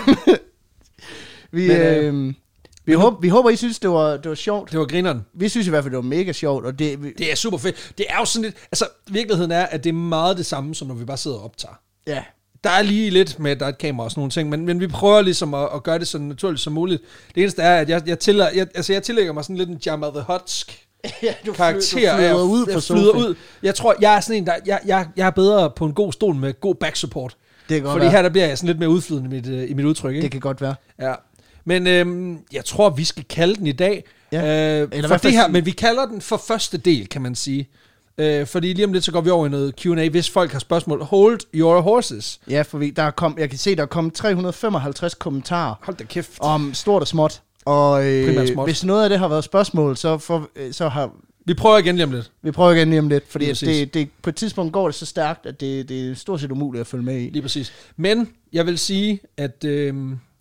vi, Men, øh, øh, vi, håber, vi håber, I synes, det var, det var sjovt. Det var grineren. Vi synes i hvert fald, det var mega sjovt. Og det, vi, det er super fedt. Det er jo sådan lidt... Altså, virkeligheden er, at det er meget det samme, som når vi bare sidder og optager. Ja. Der er lige lidt med, at der er et kamera og sådan nogle ting, men, men vi prøver ligesom at, at gøre det så naturligt som muligt. Det eneste er, at jeg, jeg, tiller, jeg, altså jeg tillægger mig sådan lidt en Jabba the Huttsk ja, du karakter. Du flyder ud jeg, på flyder ud. Jeg tror, jeg er sådan en, der... Jeg, jeg, jeg er bedre på en god stol med god back support. Det kan godt Fordi være. her der bliver jeg sådan lidt mere udflydende i mit, uh, i mit udtryk. Ikke? Det kan godt være. Ja. Men øhm, jeg tror, vi skal kalde den i dag. Ja. Øh, for det her, men vi kalder den for første del, kan man sige. Øh, fordi lige om lidt, så går vi over i noget Q and A, hvis folk har spørgsmål. Hold your horses. Ja, for vi, der er kom, jeg kan se, der er kommet tre hundrede femoghalvtreds kommentarer. Hold da kæft. Om stort og småt. Og øh, småt. Hvis noget af det har været spørgsmål, så, for, øh, så har... Vi prøver igen lige om lidt. Vi prøver igen lige om lidt, fordi det, det, det, på et tidspunkt går det så stærkt, at det, det er stort set umuligt at følge med i. Lige præcis. Men jeg vil sige, at øh,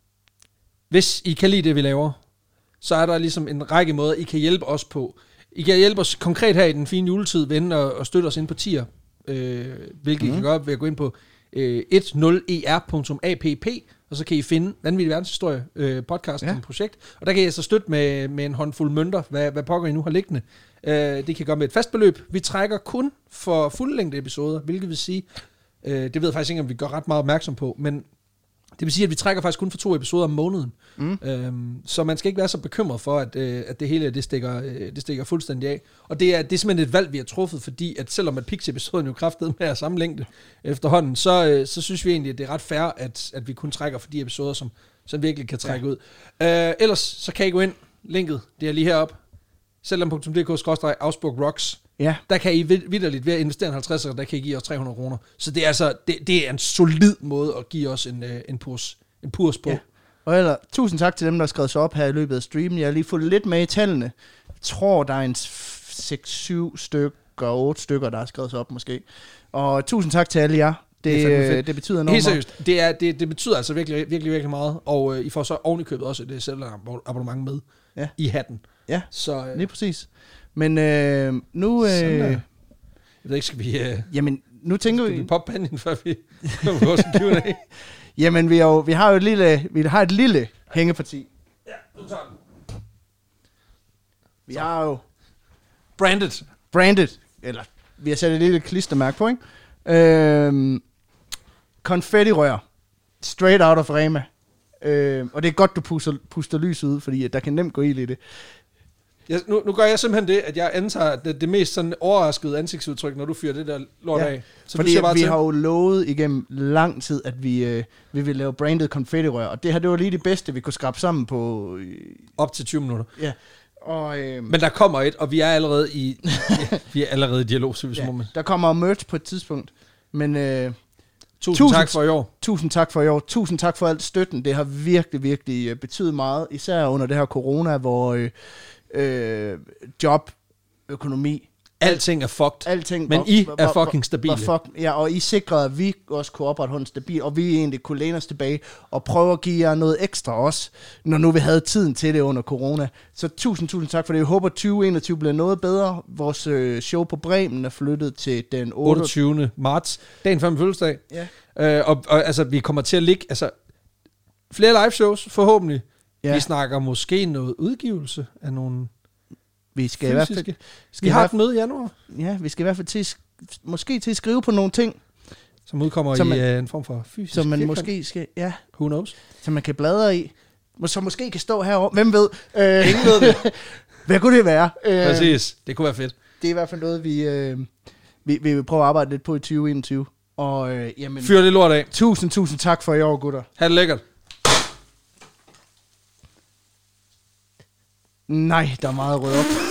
hvis I kan lide det, vi laver, så er der ligesom en række måder, I kan hjælpe os på. I kan hjælpe os konkret her i den fine juletid, vende og, og støtte os ind på tier, øh, hvilket mm. I kan gøre ved at gå ind på øh, ten e r punktum app, og så kan I finde Vanvittig Verdenshistorie øh, podcast, ja. projekt, og der kan I så støtte med, med en håndfuld mønter, hvad, hvad pokker I nu har liggende. Øh, det kan I gøre med et fast beløb. Vi trækker kun for fuldlængde episoder, hvilket vil sige, øh, det ved jeg faktisk ikke, om vi gør ret meget opmærksom på, men det vil sige, at vi trækker faktisk kun for to episoder om måneden. Mm. Øhm, så man skal ikke være så bekymret for, at, øh, at det hele det stikker, øh, det stikker fuldstændig af. Og det er, det er simpelthen et valg, vi har truffet, fordi at selvom at Pix-episoden jo kraftede med at samme længde efterhånden, så, øh, så synes vi egentlig, at det er ret fair, at, at vi kun trækker for de episoder, som, som virkelig kan trække ja. ud. Øh, ellers så kan I gå ind, linket, det er lige heroppe, selvom punktum d k skråstreg Augsburg Rocks. Ja. Der kan I vitterligt ved at investere en halvtredser, der kan I give os tre hundrede kroner. Så det er altså det, det er en solid måde at give os en, en purs, en purs på. Ja. Og ellers, tusind tak til dem, der har skrevet sig op her i løbet af streamen. Jeg har lige fået lidt med i tallene. Jeg tror, der er en seks syv stykker, otte stykker, der har skrevet sig op måske. Og tusind tak til alle jer. Det, det, det betyder noget. Helt seriøst. Det, er, det, det betyder altså virkelig, virkelig, virkelig meget. Og øh, I får så ovenikøbet også et selv abonnement med ja. i hatten. Ja, så, øh, lige præcis. Men øh, nu... Øh, jeg ved ikke, skal vi... Øh, jamen, nu tænker skal vi... vi poppe panden, før vi kommer på vores Q and A? Jamen, vi har jo, vi har jo et lille... Vi har et lille hængeparti. Ja, du tager den. Vi så. har jo... Branded. Branded. Eller, vi har sat et lille klistermærke på, ikke? Øh, konfettirør. Straight out of Rema. Øh, og det er godt, du puster, puster lys ud, fordi der kan nemt gå ild i det. Jeg, nu, nu gør jeg simpelthen det, at jeg antager det, det mest sådan overraskede ansigtsudtryk, når du fyrer det der lort ja, af. Så fordi du bare vi til. har jo lovet igennem lang tid, at vi, øh, vi vil lave branded konfettirør, og det her, det var lige det bedste, vi kunne skrabe sammen på... Øh, op til tyve minutter. Ja. Og, øh, Men der kommer et, og vi er allerede i, ja, vi er allerede i dialog, så vi ja, må der kommer merch på et tidspunkt, men... Øh, Tusind, tusind tak for i år. Tusind tak for i år. Tusind tak for alt støtten. Det har virkelig, virkelig betydet meget, især under det her corona, hvor øh, øh, job, økonomi, alting er fucked, alting men var, I var, er var, fucking stabile. Var fuck, ja, og I sikrede, at vi også kunne opretholde en stabil, og vi egentlig kunne læne os tilbage og prøve at give jer noget ekstra også, når nu vi havde tiden til det under corona. Så tusind, tusind tak for det. Jeg håber, tyve enogtyve bliver noget bedre. Vores øh, show på Bremen er flyttet til den otteogtyvende marts, dagen før min fødselsdag. Ja. Øh, og, og altså, vi kommer til at ligge, altså, flere live shows, forhåbentlig. Ja. Vi snakker måske noget udgivelse af nogle Vi skal i hvert fald... fysiske. Skal Vi i har hvert et møde i januar, Ja, vi skal i hvert fald til, at sk- måske til at skrive på nogle ting, som udkommer Som i man- uh, en form for fysisk som man firkant. måske skal... Ja, Who knows? som man kan bladre i. Som måske kan stå herovre. Hvem ved? Øh, Ingen ved det. Hvad kunne det være? Øh, Præcis, det kunne være fedt. Det er i hvert fald noget, vi, øh, vi, vi vil prøve at arbejde lidt på i tyve enogtyve. Og øh, jamen, Fyr det lort af. tusind, tusind tak for i år, gutter. Ha' det lækkert. Nej, der er meget rød op.